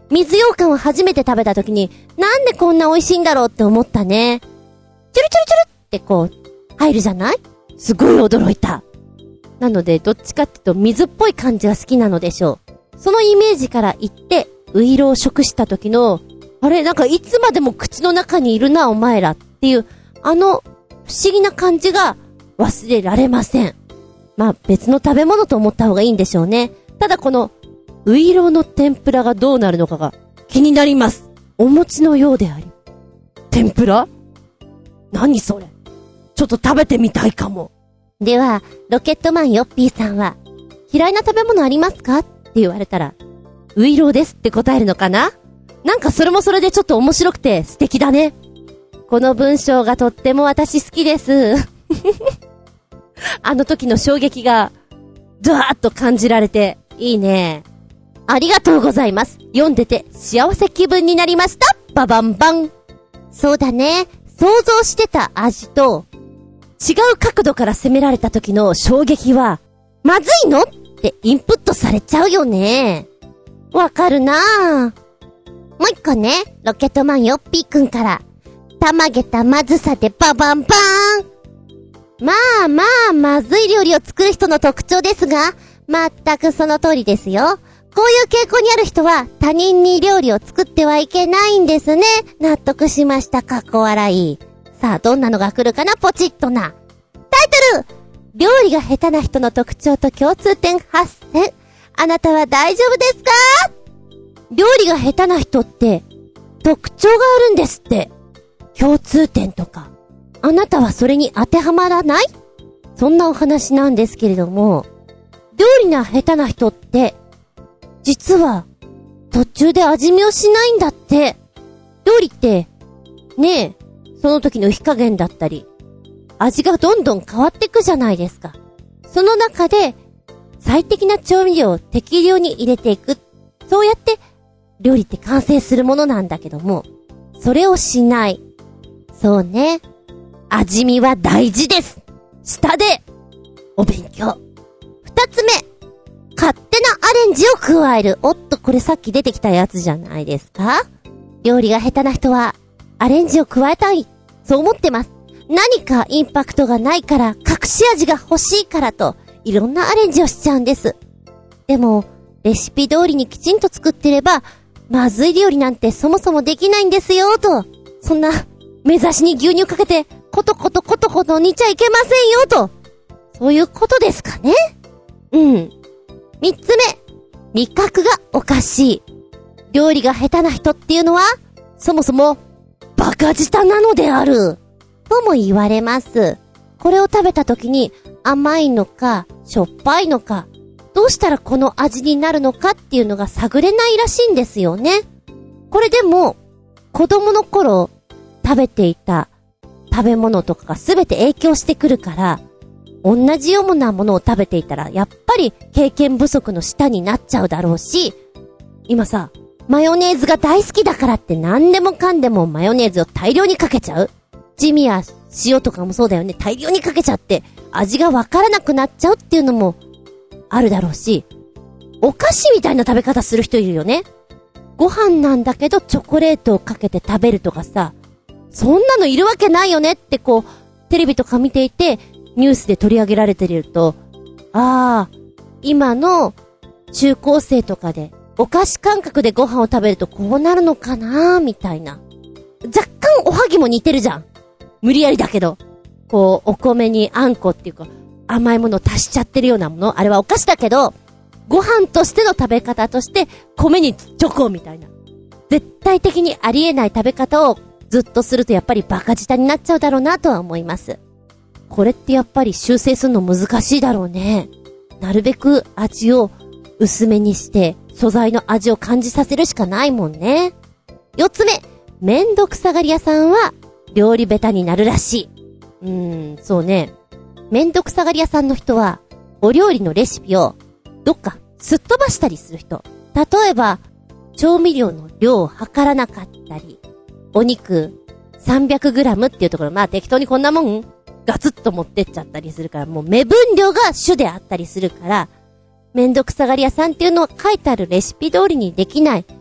水羊羹を初めて食べた時に、なんでこんな美味しいんだろうって思ったね。チュルチュルチュルってこう、入るじゃない？すごい驚いた。なので、どっちかっていうと水っぽい感じが好きなのでしょう。そのイメージから言って、ウイロを食した時の、あれ、なんかいつまでも口の中にいるな、お前らっていう、あの、不思議な感じが忘れられません。まあ、別の食べ物と思った方がいいんでしょうね。ただこの、ウイロの天ぷらがどうなるのかが気になります。お餅のようであり。天ぷら？何それ？ちょっと食べてみたいかも。では、ロケットマンヨッピーさんは、嫌いな食べ物ありますかって言われたら、ウイロですって答えるのかな？なんかそれもそれでちょっと面白くて素敵だね。この文章がとっても私好きです。あの時の衝撃が、ドワーッと感じられて、いいね。ありがとうございます。読んでて幸せ気分になりました。ババンバン。そうだね。想像してた味と、違う角度から攻められた時の衝撃は、まずいのってインプットされちゃうよね。わかるなぁ。もう一個ね、ロケットマンヨッピーくんから、たまげたまずさでババンバーン。まあまあ、まずい料理を作る人の特徴ですが、まったくその通りですよ。こういう傾向にある人は他人に料理を作ってはいけないんですね。納得しました。かっこ笑い。さあ、どんなのが来るかな、ポチッとな。タイトル！料理が下手な人の特徴と共通点発見。あなたは大丈夫ですか？料理が下手な人って特徴があるんですって。共通点とか。あなたはそれに当てはまらない？そんなお話なんですけれども、料理が下手な人って、実は途中で味見をしないんだって。料理って、ねえ、その時の火加減だったり、味がどんどん変わってくじゃないですか。その中で、最適な調味料を適量に入れていく。そうやって、料理って完成するものなんだけども、それをしない。そうね。味見は大事です。下で、お勉強。二つ目。勝手なアレンジを加える。おっと、これさっき出てきたやつじゃないですか？料理が下手な人は、アレンジを加えたい。そう思ってます。何かインパクトがないから、隠し味が欲しいからと、いろんなアレンジをしちゃうんです。でも、レシピ通りにきちんと作ってれば、まずい料理なんてそもそもできないんですよ、と。そんな、目指しに牛乳かけて、コトコトコトコト煮ちゃいけませんよ、と。そういうことですかね？うん。三つ目。味覚がおかしい。料理が下手な人っていうのは、そもそも、バカ舌なのである。とも言われます。これを食べた時に、甘いのか、しょっぱいのか、どうしたらこの味になるのかっていうのが探れないらしいんですよね。これでも、子供の頃、食べていた食べ物とかが全て影響してくるから、同じようなものを食べていたら、やっぱり経験不足の下になっちゃうだろうし、今さ、マヨネーズが大好きだからって何でもかんでもマヨネーズを大量にかけちゃう。ジミや塩とかもそうだよね。大量にかけちゃって、味がわからなくなっちゃうっていうのもあるだろうし、お菓子みたいな食べ方する人いるよね。ご飯なんだけどチョコレートをかけて食べるとかさ、そんなのいるわけないよねってこう、テレビとか見ていて、ニュースで取り上げられてると、ああ、今の中高生とかでお菓子感覚でご飯を食べるとこうなるのかなーみたいな。若干おはぎも似てるじゃん。無理やりだけど、こうお米にあんこっていうか甘いものを足しちゃってるようなもの、あれはお菓子だけど、ご飯としての食べ方として米にチョコみたいな。絶対的にありえない食べ方をずっとするとやっぱりバカ舌になっちゃうだろうなとは思います。これってやっぱり修正するの難しいだろうね。なるべく味を薄めにして素材の味を感じさせるしかないもんね。四つ目、めんどくさがり屋さんは料理ベタになるらしい。うーん、そうね。めんどくさがり屋さんの人はお料理のレシピをどっかすっ飛ばしたりする人。例えば調味料の量を測らなかったり、お肉 さんびゃくグラム っていうところ、まあ適当にこんなもんガツッと持ってっちゃったりするから、もう目分量が主であったりするから、めんどくさがり屋さんっていうのは書いてあるレシピ通りにできない、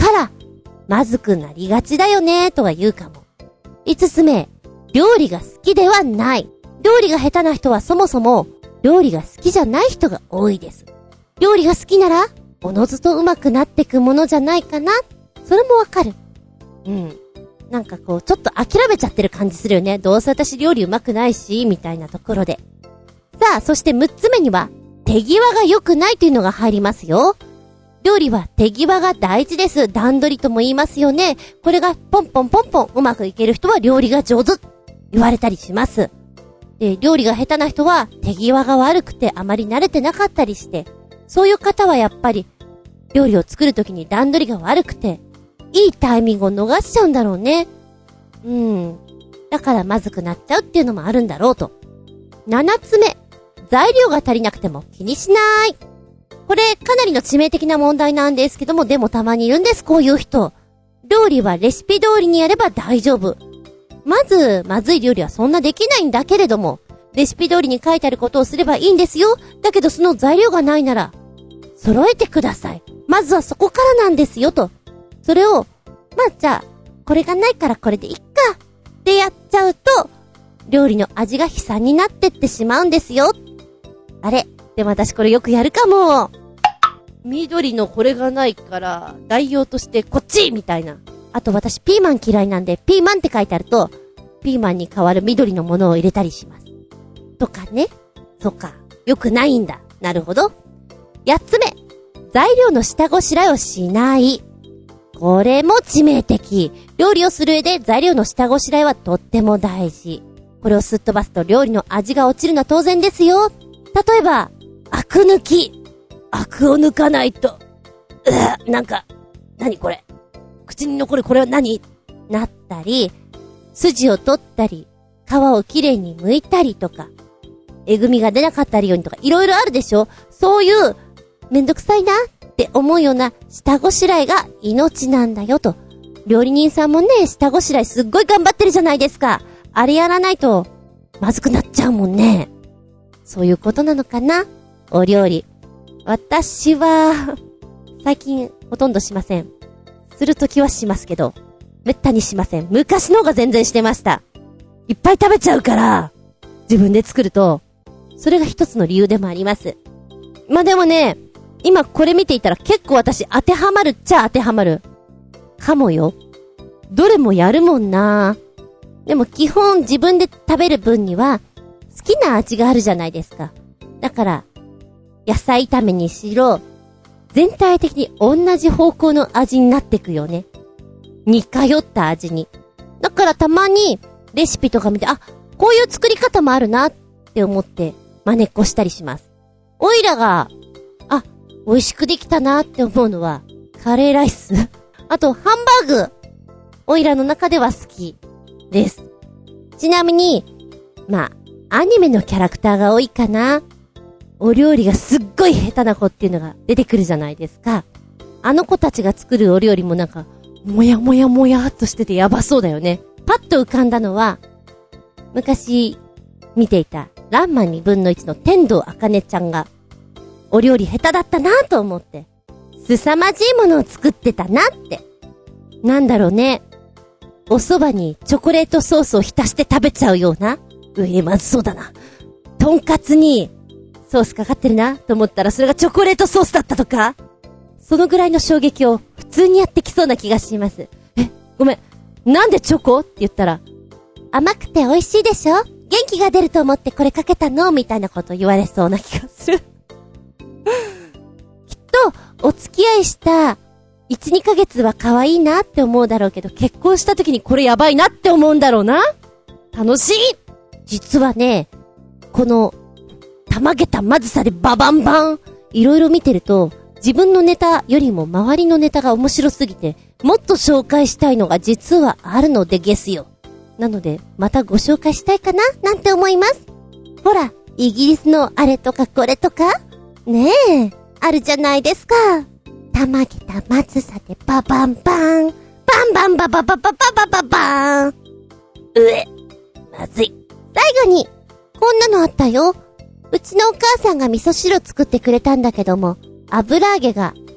から、まずくなりがちだよねとは言うかも。五つ目、料理が好きではない。料理が下手な人はそもそも料理が好きじゃない人が多いです。料理が好きならおのずと上手くなってくものじゃないかな。それもわかる。うん。なんかこうちょっと諦めちゃってる感じするよね。どうせ私料理上手くないしみたいなところで。さあ、そして六つ目には手際が良くないというのが入りますよ。料理は手際が大事です。段取りとも言いますよね。これがポンポンポンポンうまくいける人は料理が上手言われたりします。で、料理が下手な人は手際が悪くてあまり慣れてなかったりして、そういう方はやっぱり料理を作るときに段取りが悪くていいタイミングを逃しちゃうんだろうね。うん。だからまずくなっちゃうっていうのもあるんだろうと。七つ目、材料が足りなくても気にしない。これかなりの致命的な問題なんですけども、でもたまにいるんです、こういう人。料理はレシピ通りにやれば大丈夫。まず、まずい料理はそんなできないんだけれども、レシピ通りに書いてあることをすればいいんですよ。だけどその材料がないなら、揃えてください。まずはそこからなんですよと。それを、まあじゃあ、これがないからこれでいっか。ってやっちゃうと、料理の味が悲惨になってってしまうんですよ。あれ？でも私これよくやるかも。緑のこれがないから、代用としてこっちみたいな。あと私ピーマン嫌いなんで、ピーマンって書いてあると、ピーマンに代わる緑のものを入れたりします。とかね。そっか。よくないんだ。なるほど。八つ目。材料の下ごしらえをしない。これも致命的。料理をする上で材料の下ごしらえはとっても大事。これをすっ飛ばすと料理の味が落ちるのは当然ですよ。例えば、アク抜き。アクを抜かないと。うわ、なんか、何これ。口に残るこれは何？なったり、筋を取ったり、皮をきれいに剥いたりとか、えぐみが出なかったりようにとか、いろいろあるでしょ？そういう、めんどくさいなって思うような下ごしらえが命なんだよと。料理人さんもね、下ごしらえすっごい頑張ってるじゃないですか。あれやらないと、まずくなっちゃうもんね。そういうことなのかな？お料理。私は、最近ほとんどしません。するときはしますけど、めったにしません。昔の方が全然してました。いっぱい食べちゃうから、自分で作ると、それが一つの理由でもあります。まあ、でもね、今これ見ていたら結構私当てはまるっちゃ当てはまる。かもよ。どれもやるもんな。でも基本自分で食べる分には、好きな味があるじゃないですか。だから、野菜炒めにしろ、全体的に同じ方向の味になってくよね。似通った味に。だからたまにレシピとか見て、あ、こういう作り方もあるなって思って真似っこしたりします。おいらが、あ、美味しくできたなって思うのは、カレーライス。あと、ハンバーグ。おいらの中では好きです。ちなみに、まあ、アニメのキャラクターが多いかな。お料理がすっごい下手な子っていうのが出てくるじゃないですか。あの子たちが作るお料理もなんか、もやもやもやっとしててやばそうだよね。パッと浮かんだのは、昔見ていたランマにぶんのいちの天童あかねちゃんが、お料理下手だったなと思って、凄まじいものを作ってたなって。なんだろうね。お蕎麦にチョコレートソースを浸して食べちゃうような。うえ、まずそうだな。とんかつにソースかかってるなと思ったらそれがチョコレートソースだったとか。そのぐらいの衝撃を普通にやってきそうな気がします。え、ごめん。なんでチョコって言ったら、甘くて美味しいでしょ？元気が出ると思ってこれかけたのみたいなこと言われそうな気がする。きっとお付き合いしたいち、にかげつは可愛いなって思うだろうけど、結婚した時にこれやばいなって思うんだろうな。楽しい。実はね、このたまげたまずさでババンバンいろいろ見てると、自分のネタよりも周りのネタが面白すぎて、もっと紹介したいのが実はあるのでゲスよ。なのでまたご紹介したいかななんて思います。ほら、イギリスのあれとかこれとかねえ、あるじゃないですか。たまげたまずさでババンバンバンバンババババババババーン。うえ、まずい。最後にこんなのあったよ。うちのお母さんが味噌汁作ってくれたんだけども、油揚げが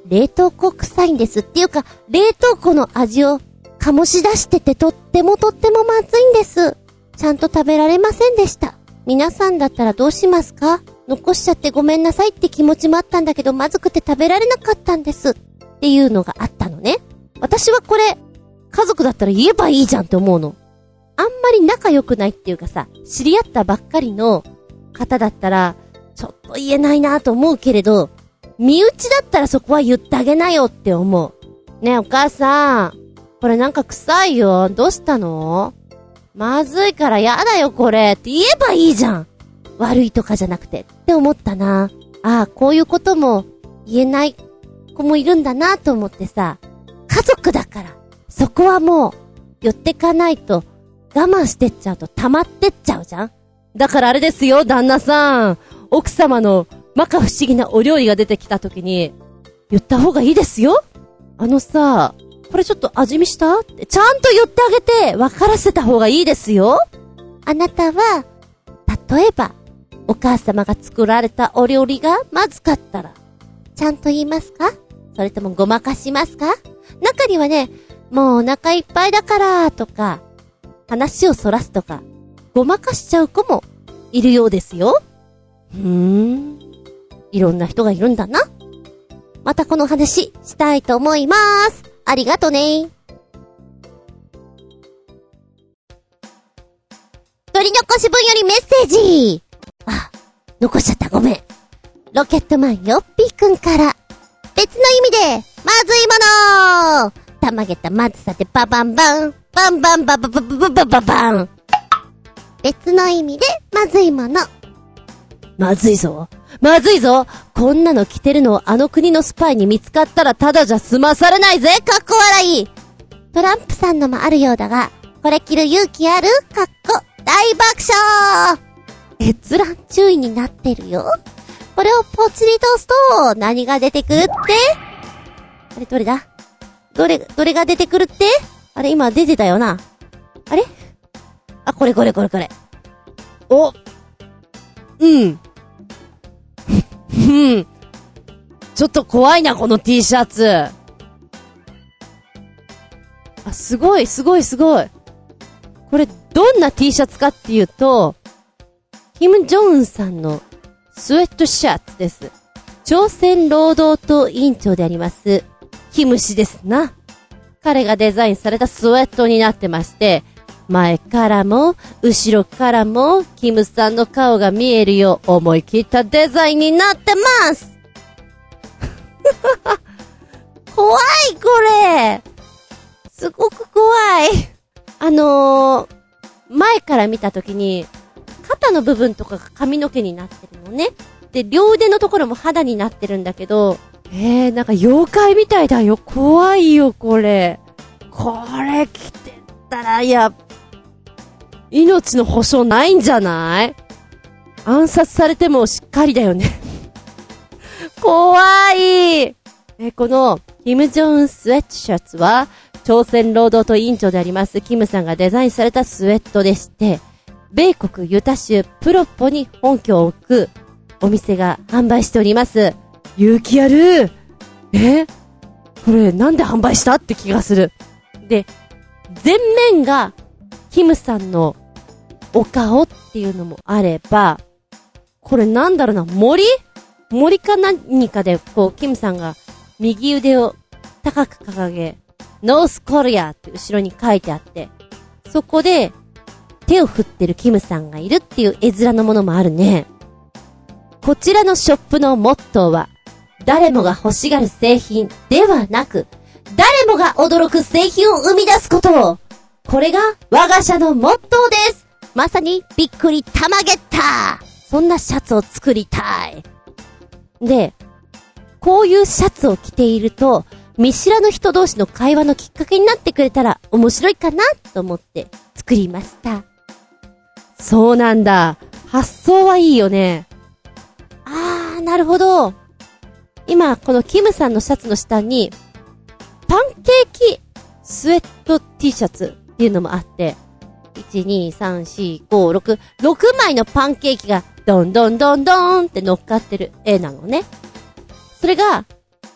冷凍庫臭いんですっていうか、冷凍庫の味を醸し出しててとってもとってもまずいんです。ちゃんと食べられませんでした。皆さんだったらどうしますか？残しちゃってごめんなさいって気持ちもあったんだけど、まずくて食べられなかったんですっていうのがあったのね。私はこれ、家族だったら言えばいいじゃんって思うの。あんまり仲良くないっていうかさ、知り合ったばっかりの方だったら、ちょっと言えないなと思うけれど、身内だったらそこは言ってあげなよって思う。ねえお母さん、これなんか臭いよ。どうしたの？まずいからやだよこれって言えばいいじゃん。悪いとかじゃなくてって思ったな。ああ、こういうことも言えない子もいるんだなと思ってさ、家族だから、そこはもう言ってかないと我慢してっちゃうと溜まってっちゃうじゃん。だからあれですよ、旦那さん。奥様の摩訶不思議なお料理が出てきた時に、言った方がいいですよ。あのさ、これちょっと味見したってちゃんと言ってあげて分からせた方がいいですよ。あなたは、例えば、お母様が作られたお料理がまずかったら、ちゃんと言いますか？それともごまかしますか？中にはね、もうお腹いっぱいだからとか、話をそらすとか、ごまかしちゃう子もいるようですよ。うーん。いろんな人がいるんだな。またこの話したいと思います。ありがとね。取り残し分よりメッセージ。あ、残しちゃったごめん。ロケットマンよっぴーくんから、別の意味でまずいものたまげたまずさでババンバンバンバンババババババババン。別の意味でまずいもの。まずいぞ。まずいぞ。こんなの着てるのをあの国のスパイに見つかったらただじゃ済まされないぜ。かっこ笑い。トランプさんのもあるようだが、これ着る勇気ある？かっこ大爆笑。閲覧注意になってるよ。これをポチリと押すと何が出てくるって？あれどれだ？どれ、どれが出てくるって？あれ今出てたよな。あれ？あ、これこれこれこれ。お、うん。うん。ちょっと怖いな、この T シャツ。あ、すごい、すごい、すごい。これ、どんな T シャツかっていうと、キム・ジョンウンさんのスウェットシャツです。朝鮮労働党委員長であります、キム氏ですな。彼がデザインされたスウェットになってまして、前からも、後ろからも、キムさんの顔が見えるよう思い切ったデザインになってます怖いこれすごく怖いあのー、前から見たときに、肩の部分とかが髪の毛になってるのね。で、両腕のところも肌になってるんだけど、えー、なんか妖怪みたいだよ。怖いよ、これ。これ着てたら、いや、命の保証ないんじゃない？暗殺されてもしっかりだよね。怖い。え、この、キム・ジョンウンスウェットシャツは、朝鮮労働党委員長であります、キムさんがデザインされたスウェットでして、米国ユタ州プロッポに本拠を置くお店が販売しております。勇気ある。え？これなんで販売したって気がする。で、前面がキムさんのお顔っていうのもあれば、これなんだろうな、森？森か何かでこうキムさんが右腕を高く掲げ、ノースコリアって後ろに書いてあって、そこで手を振ってるキムさんがいるっていう絵面のものもあるね。こちらのショップのモットーは、誰もが欲しがる製品ではなく、誰もが驚く製品を生み出すことを。これが我が社のモットーです。まさにびっくりたまげった。そんなシャツを作りたい。で、こういうシャツを着ていると、見知らぬ人同士の会話のきっかけになってくれたら面白いかなと思って作りました。そうなんだ。発想はいいよね。あー、なるほど。今、このキムさんのシャツの下に、パンケーキスウェット T シャツっていうのもあって、いち、に、さん、し、ご、ろく、ろくまいのパンケーキがドンドンドンドンって乗っかってる絵なのね。それが、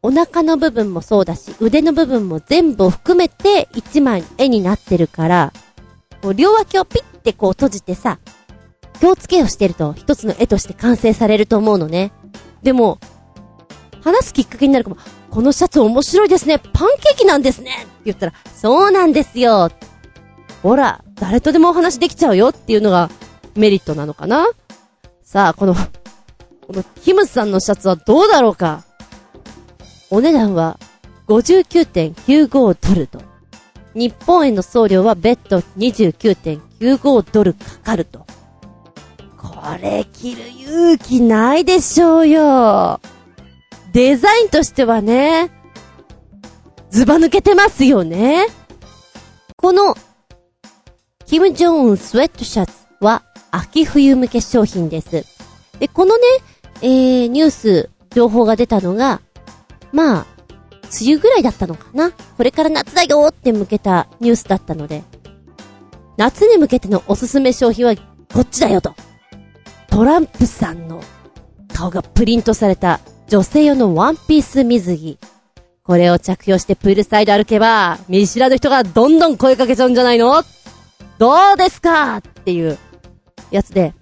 お腹の部分もそうだし、腕の部分も全部を含めて一枚絵になってるから、こう両脇をピッてこう閉じてさ、気をつけをしてると一つの絵として完成されると思うのね。でも、話すきっかけになるかも。このシャツ面白いですね。パンケーキなんですね。って言ったら、そうなんですよ。ほら、誰とでもお話できちゃうよっていうのがメリットなのかな。さあ、この、このキムさんのシャツはどうだろうか。お値段は ごじゅうきゅうてんきゅうご ドルと。日本への送料は別途 にじゅうきゅうてんきゅうご ドルかかると。これ着る勇気ないでしょうよ。デザインとしてはね、ズバ抜けてますよね。このキム・ジョンウンスウェットシャツは秋冬向け商品です。で、このね、えー、ニュース、情報が出たのが、まあ、梅雨ぐらいだったのかな。これから夏だよって向けたニュースだったので、夏に向けてのおすすめ商品はこっちだよと。トランプさんの顔がプリントされた女性用のワンピース水着。これを着用してプールサイド歩けば、見知らぬ人がどんどん声かけちゃうんじゃないの？どうですかっていうやつで。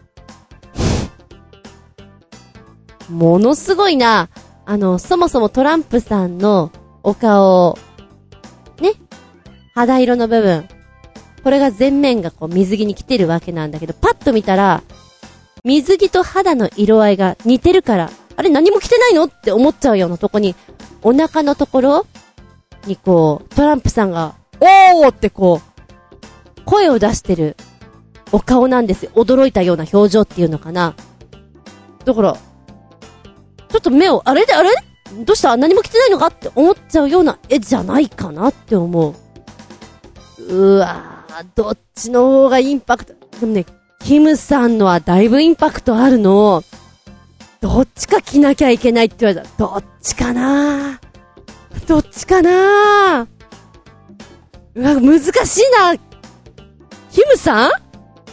ものすごいな。あの、そもそもトランプさんのお顔、ね。肌色の部分。これが全面がこう水着に来てるわけなんだけど、パッと見たら、水着と肌の色合いが似てるから、あれ何も着てないのって思っちゃうようなとこに、お腹のところにこう、トランプさんが、おーってこう、声を出してるお顔なんですよ。驚いたような表情っていうのかな。だから、ちょっと目を、あれであれどうした何も着てないのかって思っちゃうような絵じゃないかなって思う。うわー、どっちの方がインパクト、でもね、キムさんのはだいぶインパクトあるの。どっちか着なきゃいけないって言われたら、どっちかなどっちかなうわ、難しいな。キムさん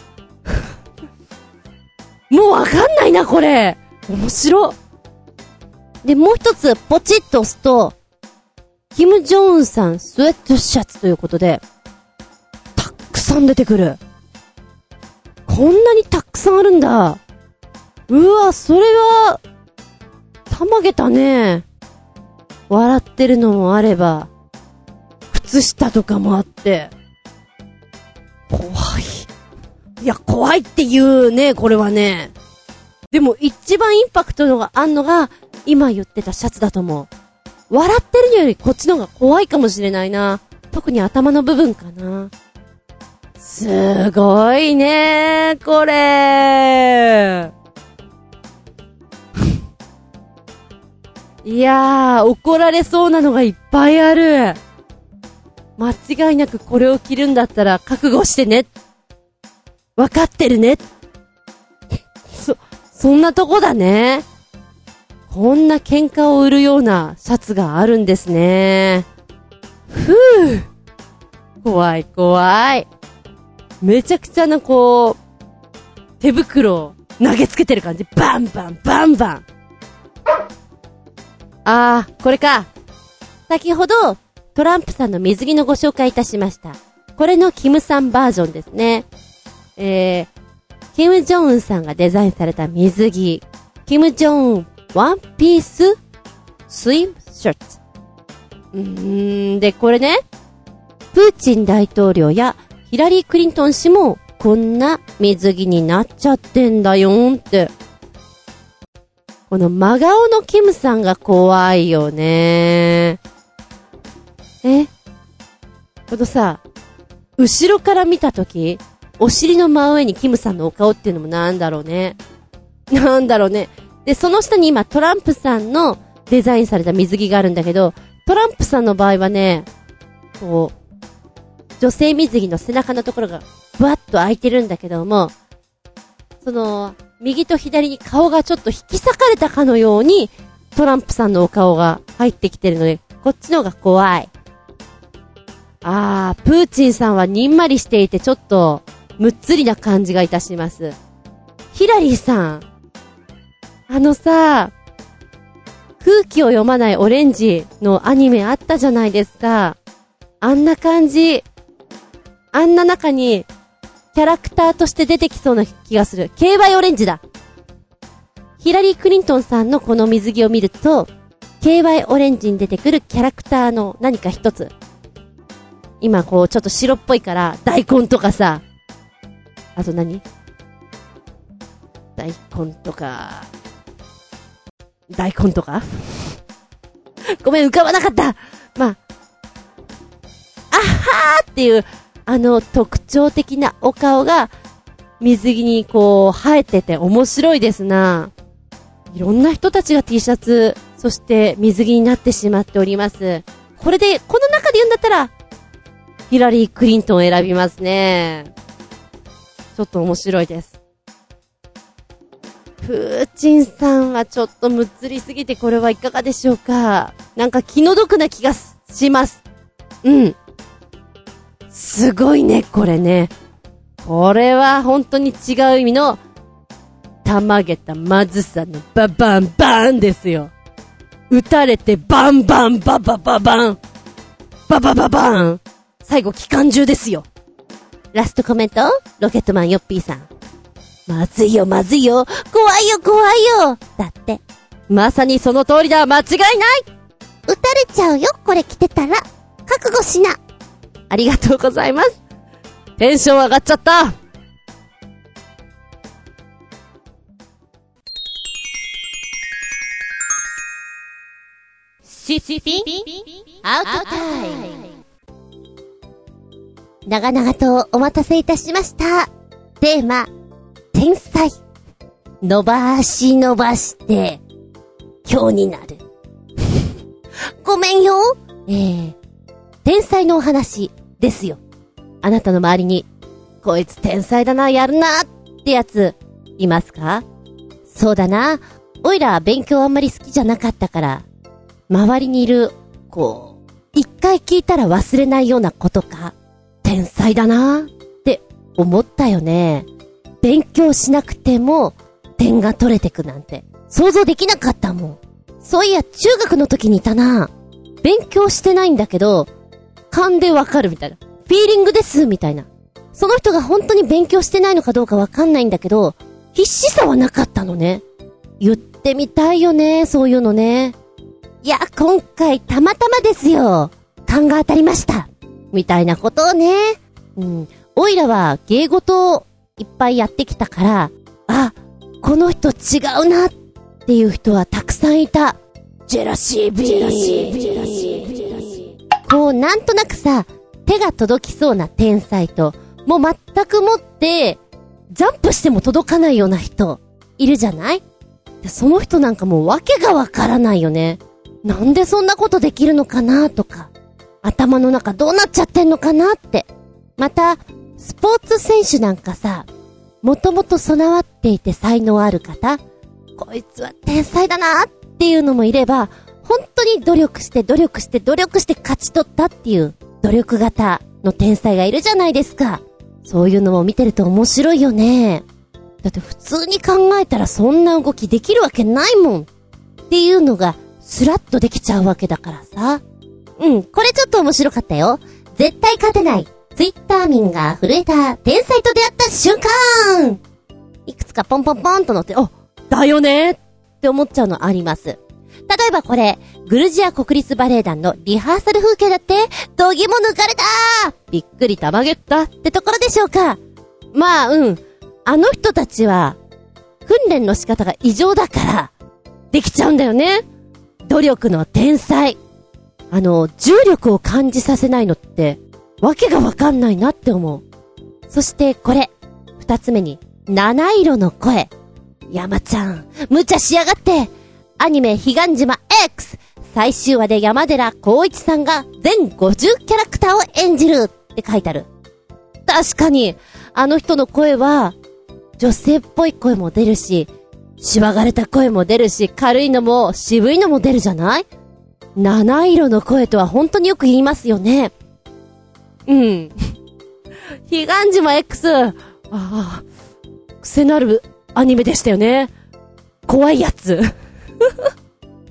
もうわかんないな、これ。面白。で、もう一つ、ポチッと押すと、キム・ジョンウンさんスウェットシャツということで、たくさん出てくる。こんなにたくさんあるんだ。うわ、それは、たまげたね。笑ってるのもあれば、靴下とかもあって、怖い。いや、怖いっていうね、これはね。でも一番インパクトのがあんのが、今言ってたシャツだと思う。笑ってるよりこっちの方が怖いかもしれないな。特に頭の部分かな。すごいね、これ。いやー、怒られそうなのがいっぱいある。間違いなくこれを着るんだったら覚悟してね。わかってるね。そ、そんなとこだね。こんな喧嘩を売るようなシャツがあるんですね。ふぅ。怖い怖い。めちゃくちゃなこう、手袋を投げつけてる感じ。バンバンバンバン。あー、これか。先ほどトランプさんの水着のご紹介いたしました。これのキムさんバージョンですね。えー、キム・ジョンウンさんがデザインされた水着。キム・ジョンウンワンピーススイムシャツ。うーん、で、これね、プーチン大統領やヒラリー・クリントン氏もこんな水着になっちゃってんだよーんって。この真顔のキムさんが怖いよね。え？このさ、後ろから見たとき、お尻の真上にキムさんのお顔っていうのもなんだろうね。なんだろうね。で、その下に今トランプさんのデザインされた水着があるんだけど、トランプさんの場合はね、こう、女性水着の背中のところがぶわっと開いてるんだけども、その、右と左に顔がちょっと引き裂かれたかのように、トランプさんのお顔が入ってきてるので、こっちの方が怖い。あー、プーチンさんはにんまりしていてちょっと、むっつりな感じがいたします。ヒラリーさん。あのさ、 空気を読まないオレンジのアニメあったじゃないですか。あんな感じ。あんな中にキャラクターとして出てきそうな気がする。ケーワイ オレンジだ。ヒラリー・クリントンさんのこの水着を見ると、ケーワイ オレンジに出てくるキャラクターの何か一つ。今こうちょっと白っぽいから大根とかさ、あと何？大根とか、大根とかごめん浮かばなかった。まあ、あはーっていうあの特徴的なお顔が水着にこう生えてて面白いですな。いろんな人たちが T シャツ、そして水着になってしまっております。これで、この中で言うんだったら、ヒラリー・クリントンを選びますね。ちょっと面白いです。プーチンさんはちょっとむっつりすぎてこれはいかがでしょうか。なんか気の毒な気がします。うん。すごいね、これね。これは本当に違う意味の、たまげたまずさのババンバンですよ。撃たれてバンバンババババン。ババババン。最後機関銃ですよ。 ラストコメント、ロケットマンヨッピーさん。まずいよまずいよ。怖いよ怖いよ。だって。 まさにその通りだ。間違いない。 撃たれちゃうよ、これ着てたら。覚悟しな。 ありがとうございます。テンション上がっちゃった。 シスピンアウトタイム。 長々とお待たせいたしました。テーマ、天才。伸ばし伸ばして、今日になる。ごめんよ。えー、天才のお話ですよ。あなたの周りに、こいつ天才だな、やるなってやつ、いますか？そうだな。おいら勉強あんまり好きじゃなかったから、周りにいる、こう、一回聞いたら忘れないようなことか、天才だなって思ったよね。勉強しなくても点が取れてくなんて想像できなかったもん。そういや中学の時にいたな。勉強してないんだけど勘でわかるみたいな、フィーリングですみたいな。その人が本当に勉強してないのかどうかわかんないんだけど必死さはなかったのね。言ってみたいよね、そういうのね。いや今回たまたまですよ、勘が当たりましたみたいなことをね。うん。おいらは芸事をいっぱいやってきたから、あ、この人違うなっていう人はたくさんいた。ジェラシービー。ジェラシービー。ジェラシービー。こう、なんとなくさ、手が届きそうな天才と、もう全くもって、ジャンプしても届かないような人、いるじゃない？でその人なんかもう訳がわからないよね。なんでそんなことできるのかなとか。頭の中どうなっちゃってんのかなって。また、スポーツ選手なんかさ、もともと備わっていて才能ある方、こいつは天才だなっていうのもいれば、本当に努力して努力して努力して勝ち取ったっていう努力型の天才がいるじゃないですか。そういうのも見てると面白いよね。だって普通に考えたらそんな動きできるわけないもんっていうのがスラッとできちゃうわけだからさ。うん、これちょっと面白かったよ。絶対勝てない。ツイッター民が震えた天才と出会った瞬間。いくつかポンポンポンと載って、お、だよねって思っちゃうのあります。例えばこれ、グルジア国立バレエ団のリハーサル風景だって、どぎも抜かれたー、びっくりたまげったってところでしょうか。まあ、うん。あの人たちは、訓練の仕方が異常だから、できちゃうんだよね。努力の天才。あの、重力を感じさせないのって、わけがわかんないなって思う。そしてこれ、二つ目に、七色の声。山ちゃん、無茶しやがって。アニメ、彼岸島 X。最終話で山寺宏一さんが全ごじゅうキャラクターを演じるって書いてある。確かに、あの人の声は、女性っぽい声も出るし、しわがれた声も出るし、軽いのも渋いのも出るじゃない？七色の声とは本当によく言いますよね。うん。彼岸島 X、ああ、癖のあるアニメでしたよね。怖いやつ。怖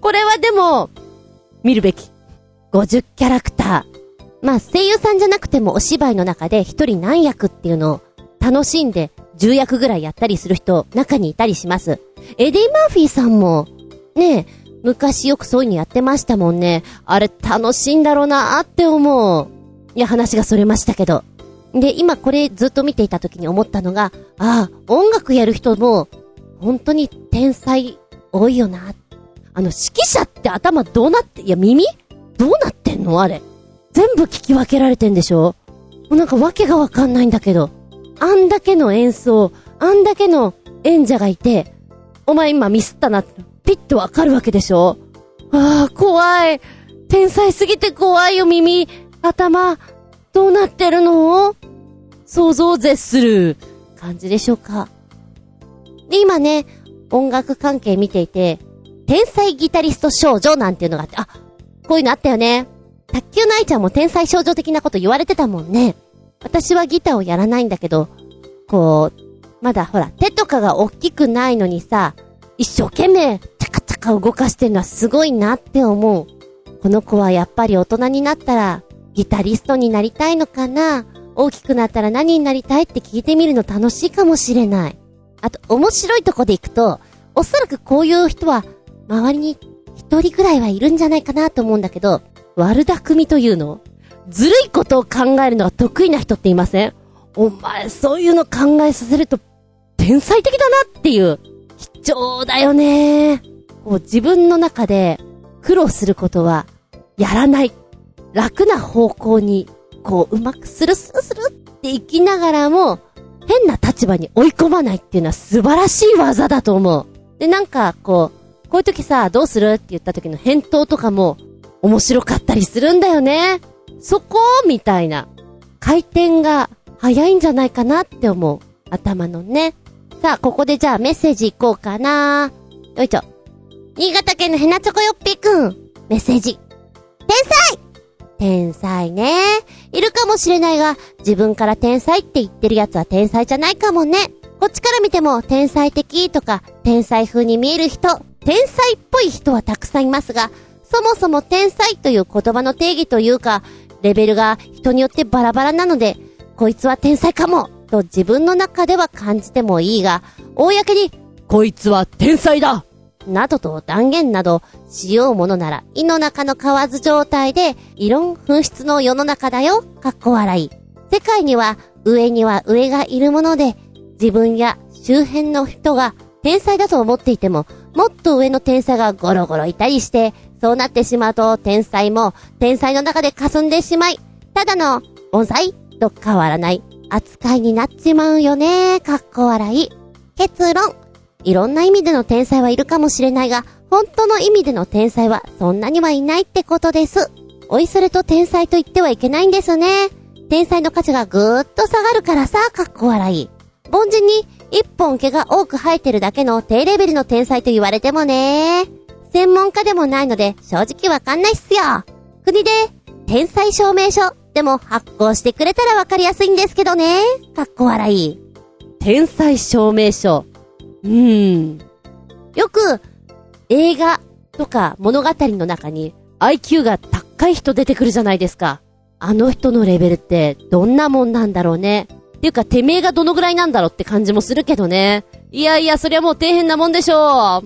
これはでも、見るべき。ごじゅうキャラクター。まあ声優さんじゃなくてもお芝居の中で一人何役っていうのを楽しんでじゅうやくぐらいやったりする人中にいたりします。エディ・マーフィーさんもねえ昔よくそういうのやってましたもんね。あれ楽しいんだろうなーって思う。いや話がそれましたけど。で今これずっと見ていた時に思ったのが、ああ音楽やる人も本当に天才多いよな。あの指揮者って頭どうなって、いや耳どうなってんのあれ。全部聞き分けられてんでしょ。もうなんかわけがわかんないんだけど。あんだけの演奏、あんだけの演者がいて、お前今ミスったなってピッとわかるわけでしょ。ああ、怖い。天才すぎて怖いよ、耳、頭、どうなってるの？想像を絶する感じでしょうか。で、今ね、音楽関係見ていて、天才ギタリスト少女なんていうのがあって、あ、こういうのあったよね。卓球の愛ちゃんも天才少女的なこと言われてたもんね。私はギターをやらないんだけど、こう、まだほら、手とかが大きくないのにさ、一生懸命、チャカチャカ動かしてるのはすごいなって思う。この子はやっぱり大人になったら、ギタリストになりたいのかな？大きくなったら何になりたいって聞いてみるの楽しいかもしれない。あと、面白いとこでいくと、おそらくこういう人は、周りに一人ぐらいはいるんじゃないかなと思うんだけど、悪巧みというの？ずるいことを考えるのが得意な人っていません？お前、そういうの考えさせると、天才的だなっていう。貴重だよね。こう自分の中で苦労することはやらない。楽な方向に、こううまくスルスルスルって生きながらも、変な立場に追い込まないっていうのは素晴らしい技だと思う。で、なんか、こう、こういう時さ、どうするって言った時の返答とかも、面白かったりするんだよね。そこみたいな。回転が早いんじゃないかなって思う。頭のね。さあ、ここでじゃあメッセージいこうかな。よいしょ。新潟県のヘナチョコヨッピーくん。メッセージ。天才！天才ね。いるかもしれないが、自分から天才って言ってるやつは天才じゃないかもね。こっちから見ても天才的とか天才風に見える人、天才っぽい人はたくさんいますが、そもそも天才という言葉の定義というか、レベルが人によってバラバラなので、こいつは天才かもと自分の中では感じてもいいが、公にこいつは天才だなどと断言などしようものなら、胃の中の蛙状態で異論紛失の世の中だよ。かっこ笑い。世界には上には上がいるもので、自分や周辺の人が天才だと思っていても、もっと上の天才がゴロゴロいたりして、そうなってしまうと天才も天才の中で霞んでしまい、ただの盆栽と変わらない扱いになっちまうよね。かっこ笑い。結論。いろんな意味での天才はいるかもしれないが、本当の意味での天才はそんなにはいないってことです。おいそれと天才と言ってはいけないんですね。天才の価値がぐーっと下がるからさ、かっこ笑い。凡人に一本毛が多く生えてるだけの低レベルの天才と言われてもね。専門家でもないので正直わかんないっすよ。国で天才証明書でも発行してくれたらわかりやすいんですけどね。かっこ笑い。天才証明書。うーん。よく映画とか物語の中に アイキュー が高い人出てくるじゃないですか。あの人のレベルってどんなもんなんだろうね。っていうかてめえがどのぐらいなんだろうって感じもするけどね。いやいや、そりゃもう底辺なもんでしょう。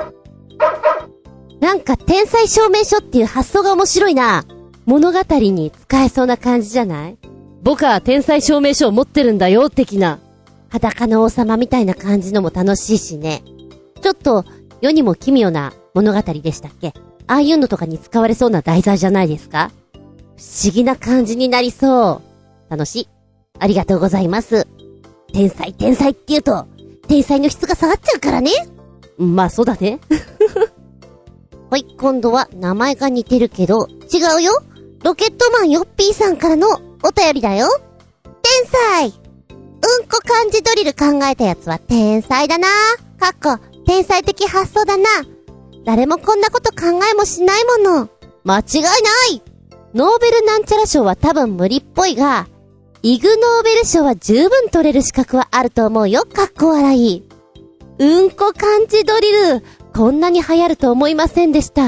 なんか天才証明書っていう発想が面白いな。物語に使えそうな感じじゃない？僕は天才証明書を持ってるんだよ的な。裸の王様みたいな感じのも楽しいしね。ちょっと世にも奇妙な物語でしたっけ？ああいうのとかに使われそうな題材じゃないですか？不思議な感じになりそう。楽しい。ありがとうございます。天才天才って言うと天才の質が下がっちゃうからね。まあそうだね。はい、今度は名前が似てるけど違うよ。ロケットマンヨッピーさんからのお便りだよ。天才。うんこ漢字ドリル考えたやつは天才だな。かっこ天才的発想だな。誰もこんなこと考えもしないもの。間違いない。ノーベルなんちゃら賞は多分無理っぽいが、イグノーベル賞は十分取れる資格はあると思うよ。かっこ笑い。うんこ漢字ドリル、こんなに流行ると思いませんでした。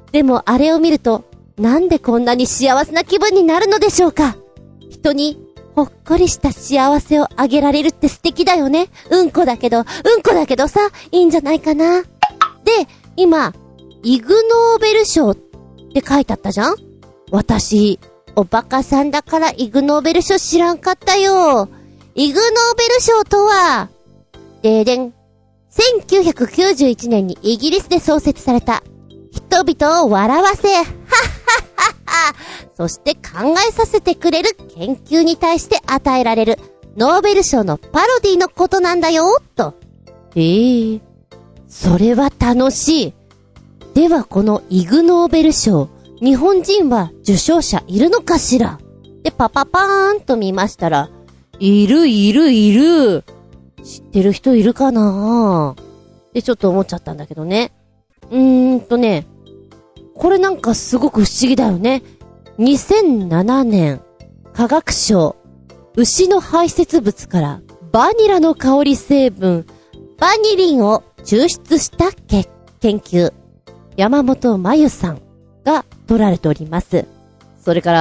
でもあれを見ると、なんでこんなに幸せな気分になるのでしょうか。人にほっこりした幸せをあげられるって素敵だよね。うんこだけど、うんこだけどさ、いいんじゃないかな。で、今、イグノーベル賞って書いてあったじゃん？私、おバカさんだからイグノーベル賞知らんかったよ。イグノーベル賞とは、ででん。せんきゅうひゃくきゅうじゅういちねんにイギリスで創設された、人々を笑わせ、はっはっはっは、そして考えさせてくれる研究に対して与えられるノーベル賞のパロディのことなんだよ、と。えー、それは楽しい。ではこのイグノーベル賞、日本人は受賞者いるのかしら？で、パパパーンと見ましたら、いるいるいる。知ってる人いるかなぁで、ちょっと思っちゃったんだけどね。うーんとね、これなんかすごく不思議だよね。にせんななねん、科学賞、牛の排泄物からバニラの香り成分、バニリンを抽出した研究。山本真由さんが取られております。それから、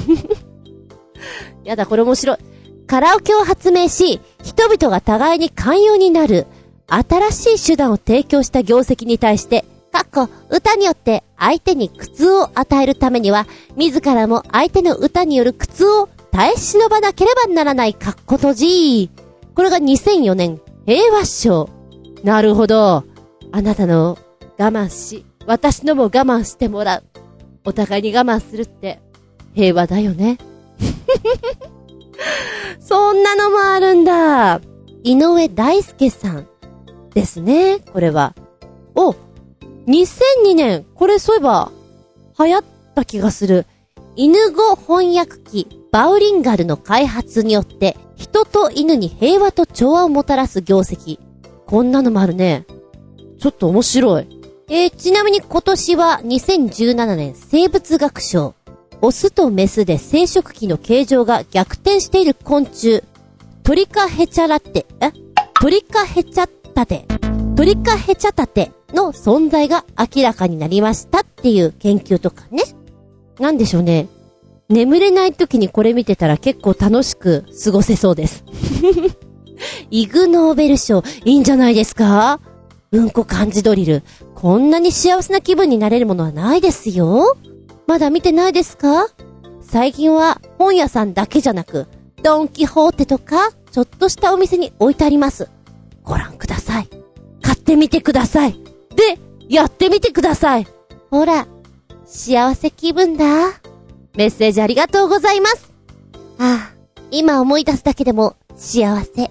やだ、これ面白い。カラオケを発明し、人々が互いに寛容になる新しい手段を提供した業績に対して、かっこ歌によって相手に苦痛を与えるためには、自らも相手の歌による苦痛を耐え忍ばなければならないかっこ閉じ。これがにせんよねん平和賞。なるほど。あなたの我慢し、私のも我慢してもらう。お互いに我慢するって平和だよね。そんなのもあるんだ。井上大輔さんですね、これは。お、にせんにねん、これそういえば流行った気がする。犬語翻訳機バウリンガルの開発によって人と犬に平和と調和をもたらす業績。こんなのもあるね。ちょっと面白い。えー、ちなみに今年はにせんじゅうななねん生物学賞。オスとメスで生殖器の形状が逆転している昆虫、トリカヘチャラテ、えトリカヘチャタテ、トリカヘチャタテの存在が明らかになりましたっていう研究とかね。なんでしょうね。眠れない時にこれ見てたら結構楽しく過ごせそうです。イグノーベル賞、いいんじゃないですか？うんこ漢字ドリル。こんなに幸せな気分になれるものはないですよ。まだ見てないですか？最近は本屋さんだけじゃなく、ドンキホーテとか、ちょっとしたお店に置いてあります。ご覧ください。買ってみてください。で、やってみてください。ほら、幸せ気分だ。メッセージありがとうございます。ああ、今思い出すだけでも幸せ。さ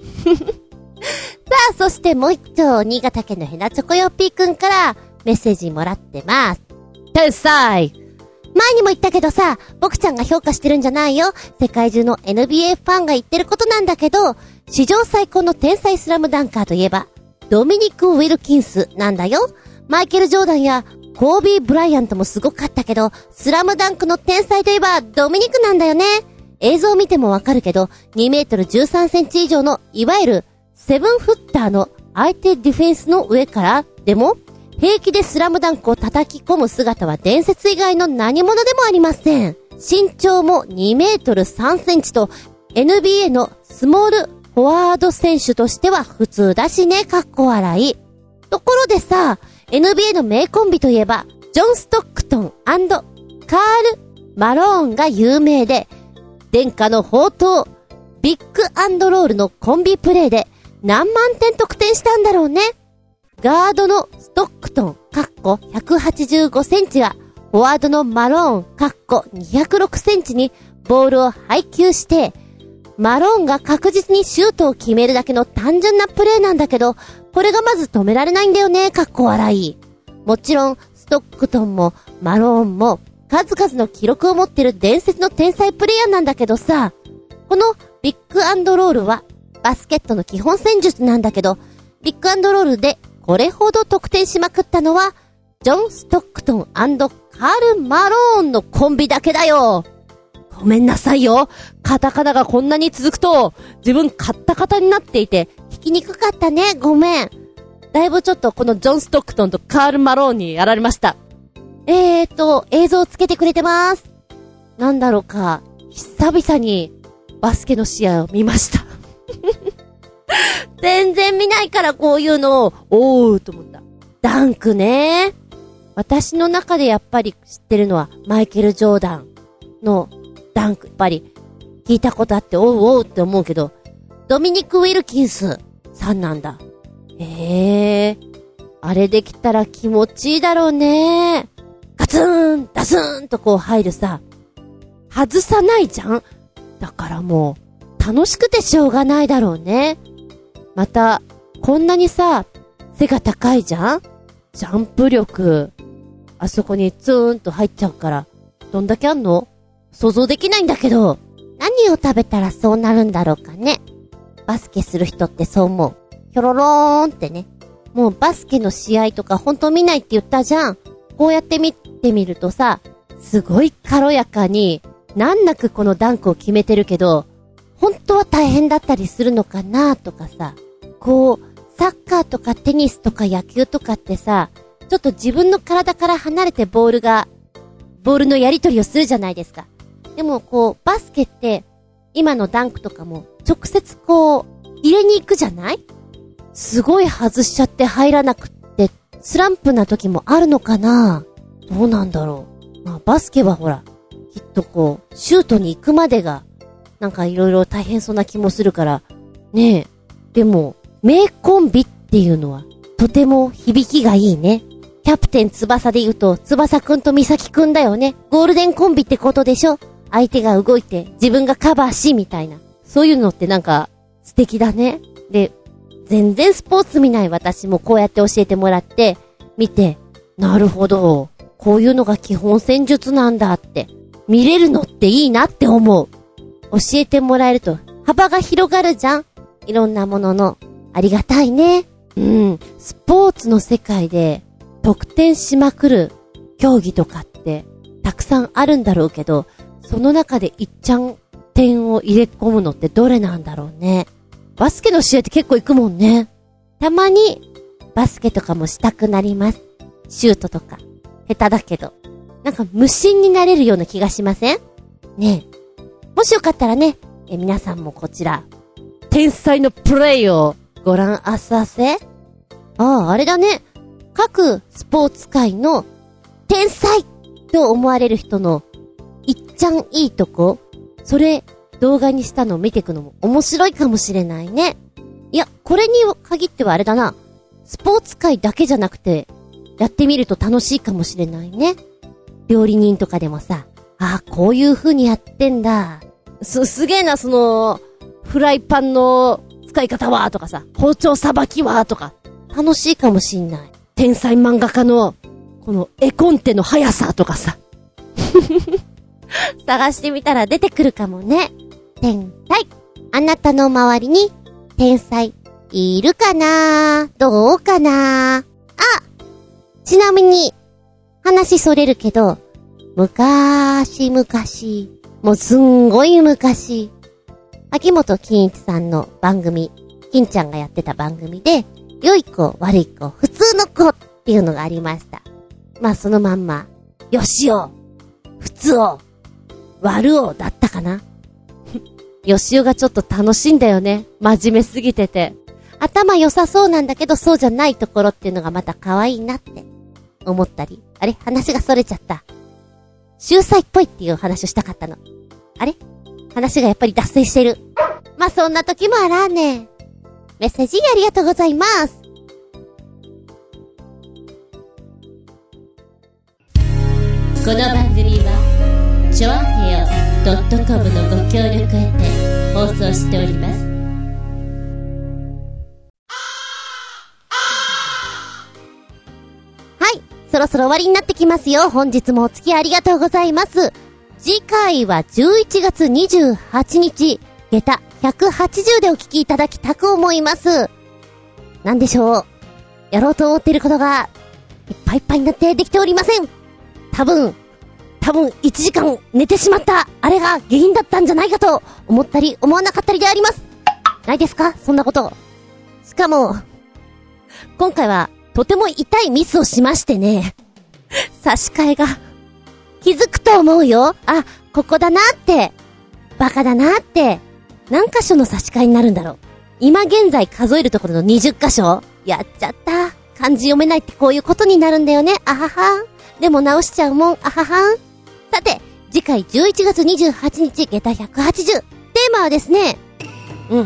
あ、そしてもう一丁、新潟県のヘナチョコヨッピーくんからメッセージもらってます。天才！前にも言ったけどさ、僕ちゃんが評価してるんじゃないよ。世界中の エヌビーエー ファンが言ってることなんだけど、史上最高の天才スラムダンカーといえば、ドミニク・ウィルキンスなんだよ。マイケル・ジョーダンやコービー・ブライアントもすごかったけど、スラムダンクの天才といえばドミニクなんだよね。映像を見てもわかるけど、にメートルじゅうさんセンチ以上のいわゆるセブンフッターの相手ディフェンスの上からでも平気でスラムダンクを叩き込む姿は伝説以外の何者でもありません。身長もにメートルさんセンチと エヌビーエー のスモールフォワード選手としては普通だしね、かっこ笑い。ところでさ、エヌビーエー の名コンビといえばジョン・ストックトン&カール・マローンが有名で、殿下の宝刀ビッグ&ロールのコンビプレーで何万点得点したんだろうね。ガードのストックトン、かっこひゃくはちじゅうごセンチが、フォワードのマローン、かっこにひゃくろくセンチにボールを配球して、マローンが確実にシュートを決めるだけの単純なプレーなんだけど、これがまず止められないんだよね、かっこ笑い。もちろん、ストックトンもマローンも数々の記録を持ってる伝説の天才プレイヤーなんだけどさ、このビッグ&ロールはバスケットの基本戦術なんだけど、ビッグ&ロールでこれほど得点しまくったのは、ジョン・ストックトン&カール・マローンのコンビだけだよ。ごめんなさいよ。カタカナがこんなに続くと、自分カッタカタになっていて、聞きにくかったね。ごめん。だいぶちょっとこのジョン・ストックトンとカール・マローンにやられました。 えーと、映像つけてくれてます。なんだろうか、久々にバスケの試合を見ました。全然見ないからこういうのを、おーと思った。ダンクね。私の中でやっぱり知ってるのはマイケル・ジョーダンのダンク。やっぱり聞いたことあって、おうおうって思うけど、ドミニク・ウィルキンスさんなんだ。へー。あれできたら気持ちいいだろうね。ガツーン、ダスーンとこう入るさ。外さないじゃん。だからもう、楽しくてしょうがないだろうね。また、こんなにさ、背が高いじゃん？ジャンプ力。あそこにツーンと入っちゃうから、どんだけあんの？想像できないんだけど。 何を食べたらそうなるんだろうかね。バスケする人ってそう思う。ひょろろーんってね。もうバスケの試合とかほんと見ないって言ったじゃん。こうやって見てみるとさ、すごい軽やかに、難なくこのダンクを決めてるけど、本当は大変だったりするのかなとかさ、こう、サッカーとかテニスとか野球とかってさ、ちょっと自分の体から離れてボールが、ボールのやり取りをするじゃないですか。でもこう、バスケって、今のダンクとかも、直接こう、入れに行くじゃない？すごい外しちゃって入らなくって、スランプな時もあるのかな？どうなんだろう。まあバスケはほら、きっとこう、シュートに行くまでが、なんかいろいろ大変そうな気もするから、ねえ。でも、名コンビっていうのは、とても響きがいいね。キャプテン翼で言うと、翼くんと美咲くんだよね。ゴールデンコンビってことでしょ？相手が動いて、自分がカバーし、みたいな。そういうのってなんか、素敵だね。で、全然スポーツ見ない私もこうやって教えてもらって、見て、なるほど。こういうのが基本戦術なんだって。見れるのっていいなって思う。教えてもらえると幅が広がるじゃん。いろんなものの。ありがたいね。うん。スポーツの世界で得点しまくる競技とかってたくさんあるんだろうけど、その中でいっちゃん点を入れ込むのってどれなんだろうね。バスケの試合って結構行くもんね。たまにバスケとかもしたくなります。シュートとか。下手だけど。なんか無心になれるような気がしません？ねえ。もしよかったらね、え皆さんもこちら、天才のプレイをご覧あさせ。ああ、あれだね。各スポーツ界の天才と思われる人のいっちゃんいいとこ、それ動画にしたのを見ていくのも面白いかもしれないね。いや、これに限ってはあれだな。スポーツ界だけじゃなくて、やってみると楽しいかもしれないね。料理人とかでもさ、ああ、こういう風にやってんだ。す、すげえな、その、フライパンの使い方はとかさ、包丁さばきはとか、楽しいかもしんない。天才漫画家の、この絵コンテの速さとかさ。探してみたら出てくるかもね。天才。あなたの周りに、天才、いるかな？どうかな？あ！ちなみに、話それるけど、昔々、もうすんごい昔、秋元金一さんの番組、金ちゃんがやってた番組で、良い子、悪い子、普通の子っていうのがありました。まあそのまんま、よしお、普通お、悪おだったかな。よしおがちょっと楽しいんだよね。真面目すぎてて。頭良さそうなんだけど、そうじゃないところっていうのがまた可愛いなって思ったり。あれ？話が逸れちゃった。秀才っぽいっていう話をしたかったの。あれ？話がやっぱり脱線してる。まあ、そんな時もあらーね。メッセージありがとうございます。 この番組はチョアヘオ .com のご協力へて放送しております。 はい、そろそろ終わりになってきますよ。本日もお付き合いありがとうございます。次回はじゅういちがつにじゅうはちにち、下駄ひゃくはちじゅうでお聞きいただきたく思います。なんでしょう。やろうと思っていることがいっぱいいっぱいになってできておりません。多分、多分いちじかん寝てしまったあれが原因だったんじゃないかと思ったり思わなかったりであります。ないですか？そんなこと。しかも、今回はとても痛いミスをしましてね。 差し替えが気づくと思うよ。あ、ここだなって、バカだなって、何箇所の差し替えになるんだろう。今現在数えるところのにじゅっ箇所やっちゃった。漢字読めないってこういうことになるんだよね。あはは。でも直しちゃうもん。あはは。さて、次回じゅういちがつにじゅうはちにち下駄ひゃくはちじゅう。テーマはですね、うん。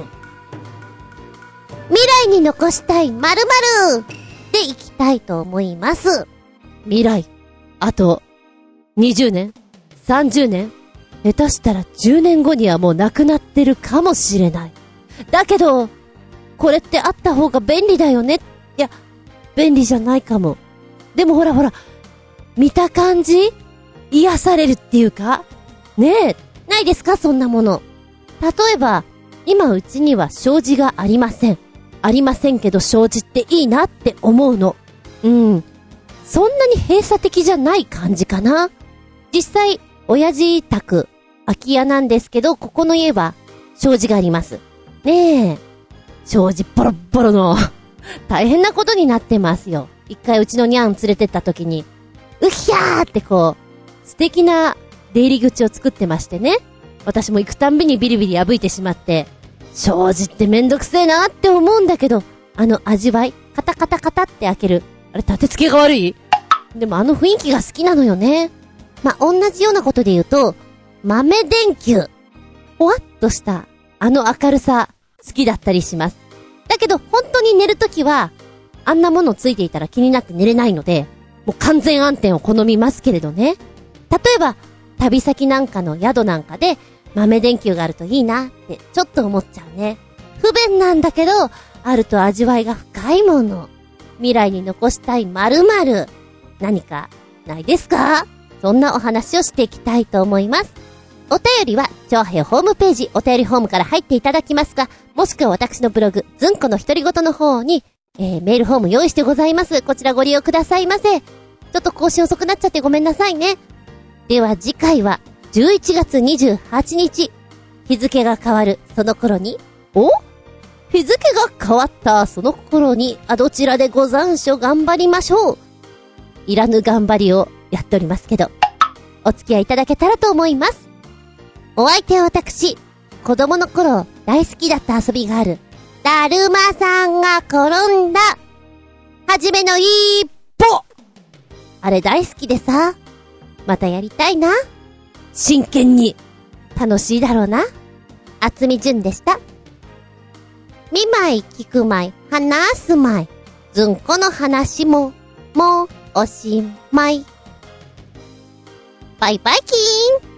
未来に残したい〇〇でいきたいと思います。 未来。あと、にじゅうねん ?さんじゅうねん下手したらじゅうねんごにはもうなくなってるかもしれない。だけど、これってあった方が便利だよね。いや、便利じゃないかも。でもほらほら、見た感じ癒されるっていうかねえ、 ないですかそんなもの。 例えば、今うちには障子がありません。ありませんけど障子っていいなって思うの。うん。そんなに閉鎖的じゃない感じかな。実際、親父宅、空き家なんですけど、ここの家は障子があります。ねえ。障子ボロボロの大変なことになってますよ。一回うちのニャン連れてった時に、うひゃーってこう、素敵な出入り口を作ってましてね。私も行くたんびにビリビリ破いてしまって、障子ってめんどくせえなって思うんだけど、あの味わい、カタカタカタって開ける。あれ、立て付けが悪い？でもあの雰囲気が好きなのよね。 まあ、同じようなことで言うと、豆電球。 ほわっとした、あの明るさ、好きだったりします。だけど、本当に寝るときは、あんなものついていたら気になって寝れないので、もう完全暗転を好みますけれどね。例えば、旅先なんかの宿なんかで、豆電球があるといいなって、ちょっと思っちゃうね。不便なんだけど、あると味わいが深いもの。未来に残したい〇〇。何か、ないですか？そんなお話をしていきたいと思います。お便りは、チョアヘヨホームページ、お便りフォームから入っていただきますか、もしくは私のブログ、ズンコの独り言の方に、えー、メールフォーム用意してございます。こちらご利用くださいませ。ちょっと更新遅くなっちゃってごめんなさいね。では次回は、じゅういちがつにじゅうはちにち、日付が変わるその頃に、お？日付が変わったその頃に、あ、どちらでご残暑頑張りましょう。いらぬ頑張りをやっておりますけど、お付き合いいただけたらと思います。お相手は私、子供の頃大好きだった遊びがある。だるまさんが転んだ。はじめの一歩。あれ大好きでさ、またやりたいな。真剣に。楽しいだろうな。あつみじゅんでした。見舞い聞く舞い話す舞い。ずんこの話も、もうおしまい。バイバイキーン。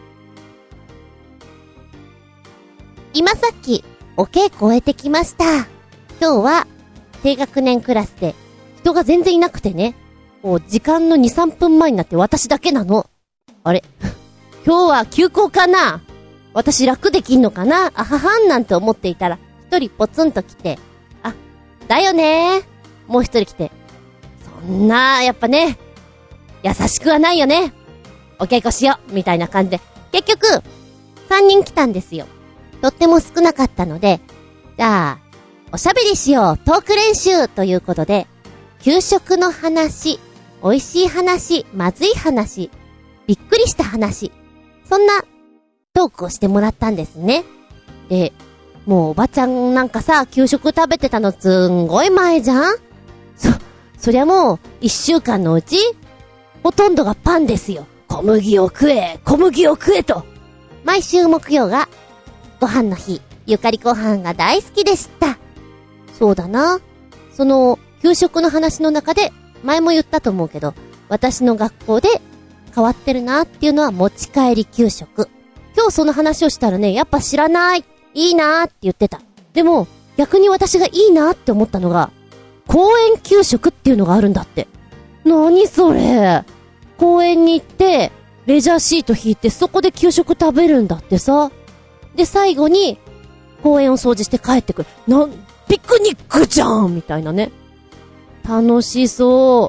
今さっきお稽古終えてきました。今日は低学年クラスで人が全然いなくてね。もう時間のに、さんぷんまえになって私だけなの。あれ今日は休校かな？私楽できんのかな？あははんなんて思っていたら一人ポツンと来て、あ、だよねー。もう一人来て、そんなやっぱね、優しくはないよね。お稽古しようみたいな感じで、結局さんにん来たんですよ。とっても少なかったので、じゃあおしゃべりしよう、トーク練習ということで、給食の話、美味しい話、まずい話、びっくりした話、そんなトークをしてもらったんですね。で、もうおばちゃんなんかさ、給食食べてたのすんごい前じゃん？そ、そりゃもう一週間のうちほとんどがパンですよ。小麦を食え、小麦を食えと。毎週木曜がご飯の日、ゆかりご飯が大好きでした。そうだな。その給食の話の中で前も言ったと思うけど、私の学校で変わってるなっていうのは持ち帰り給食。今日その話をしたらね、やっぱ知らない、いいなーって言ってた。でも逆に私がいいなーって思ったのが、公園給食っていうのがあるんだって。なにそれ。公園に行ってレジャーシート引いてそこで給食食べるんだってさ。で最後に公園を掃除して帰ってくる。なんピクニックじゃんみたいなね。楽しそう。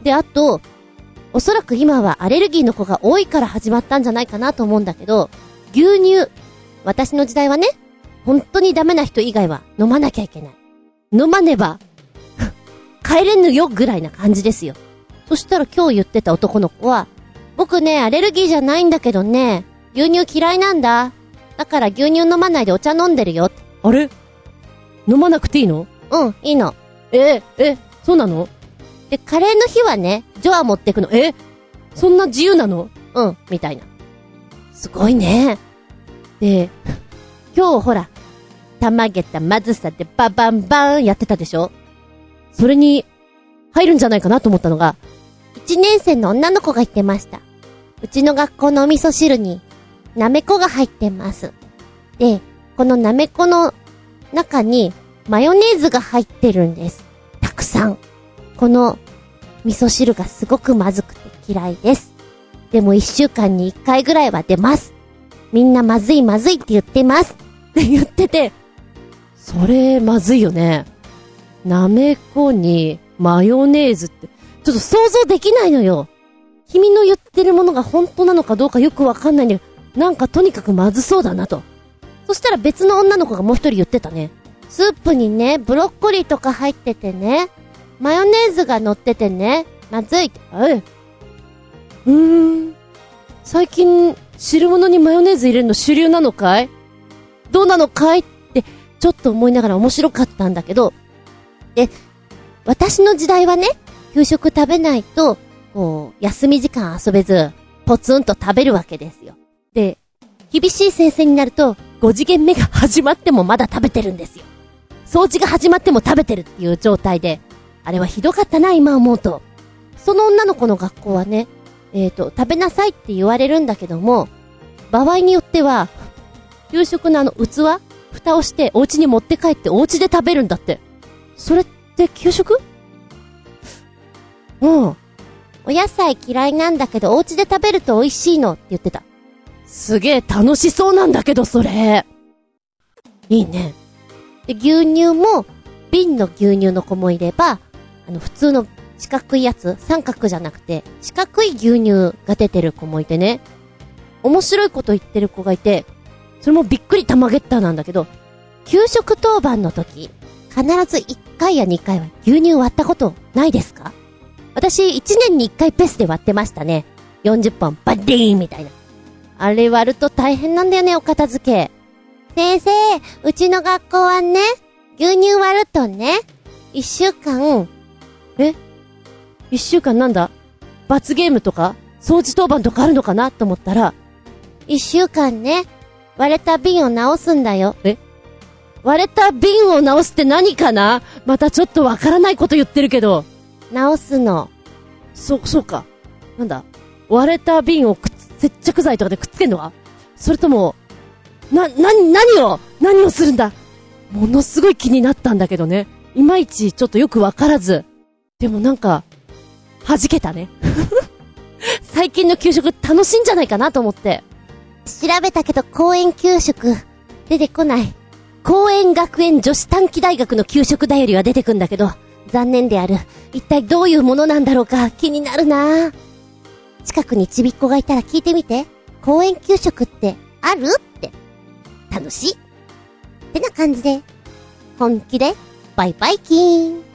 で、あとおそらく今はアレルギーの子が多いから始まったんじゃないかなと思うんだけど、牛乳、私の時代はね、本当にダメな人以外は飲まなきゃいけない。飲まねば帰れぬよぐらいな感じですよ。 そしたら今日言ってた男の子は、僕ね、アレルギーじゃないんだけどね、牛乳嫌いなんだ。だから牛乳飲まないでお茶飲んでるよ。 あれ飲まなくていいの？ うん、いいの。 え、え、そうなの？ で、カレーの日はね、ジョア持ってくの。 え、そんな自由なの？ うん、みたいな。すごいね。 で、今日ほら、たまげたまずさでババンバーンやってたでしょ？それに、入るんじゃないかなと思ったのが、 一年生の女の子が言ってました。うちの学校のお味噌汁に、なめこが入ってます。で、このなめこの中に、マヨネーズが入ってるんです。たくさん。この、味噌汁がすごくまずくて嫌いです。でも一週間に一回ぐらいは出ます。みんなまずいまずいって言ってます。 って言ってて、それまずいよね。なめこにマヨネーズって、ちょっと想像できないのよ。君の言ってるものが本当なのかどうかよくわかんないんだけど、なんかとにかくまずそうだなと。 そしたら別の女の子がもう一人言ってたね。スープにね、ブロッコリーとか入っててね、マヨネーズが乗っててね、まずいって。 えうーん。最近、汁物にマヨネーズ入れるの主流なのかい？どうなのかいって、ちょっと思いながら面白かったんだけど、 で、私の時代はね、給食食べないと、こう、休み時間遊べず、ポツンと食べるわけですよ。で、厳しい先生になると、 ご次元目が始まってもまだ食べてるんですよ。掃除が始まっても食べてるっていう状態で、あれはひどかったな、今思うと。 その女の子の学校はね、えーと、食べなさいって言われるんだけども、場合によっては、 給食のあの器？蓋をしてお家に持って帰ってお家で食べるんだって。それって給食？うん。 お野菜嫌いなんだけどお家で食べると美味しいのって言ってた。 すげえ楽しそうなんだけど、それ。いいね。 で、牛乳も、瓶の牛乳の子もいれば、あの、普通の四角いやつ、三角じゃなくて、四角い牛乳が出てる子もいてね。面白いこと言ってる子がいて、それもびっくりたまげったなんだけど、給食当番の時、必ずいっかいやにかいは牛乳割ったことないですか？私、いちねんにいっかいペースで割ってましたね。よんじゅっぽん、バッディーンみたいな。あれ割ると大変なんだよね、お片付け。先生、うちの学校はね、牛乳割るとね、いっしゅうかん。 え？いっしゅうかんなんだ？罰ゲームとか掃除当番とかあるのかなと思ったら、 いっしゅうかんね、割れた瓶を直すんだよ。 え？割れた瓶を直すって何かな？またちょっとわからないこと言ってるけど。 直すの。 そう、そうか。なんだ？割れた瓶をくっ接着剤とかでくっつけんのか？それとも、な、な、何を何をするんだ？ものすごい気になったんだけどね。いまいちちょっとよくわからず。でもなんか、弾けたね。最近の給食楽しいんじゃないかなと思って。 調べたけど公園給食、出てこない。 公園学園女子短期大学の給食だよりは出てくんだけど、 残念である。一体どういうものなんだろうか気になるな。近くにちびっこがいたら聞いてみて。公園給食ってある？って。楽しいってな感じで。本気でバイバイキーン。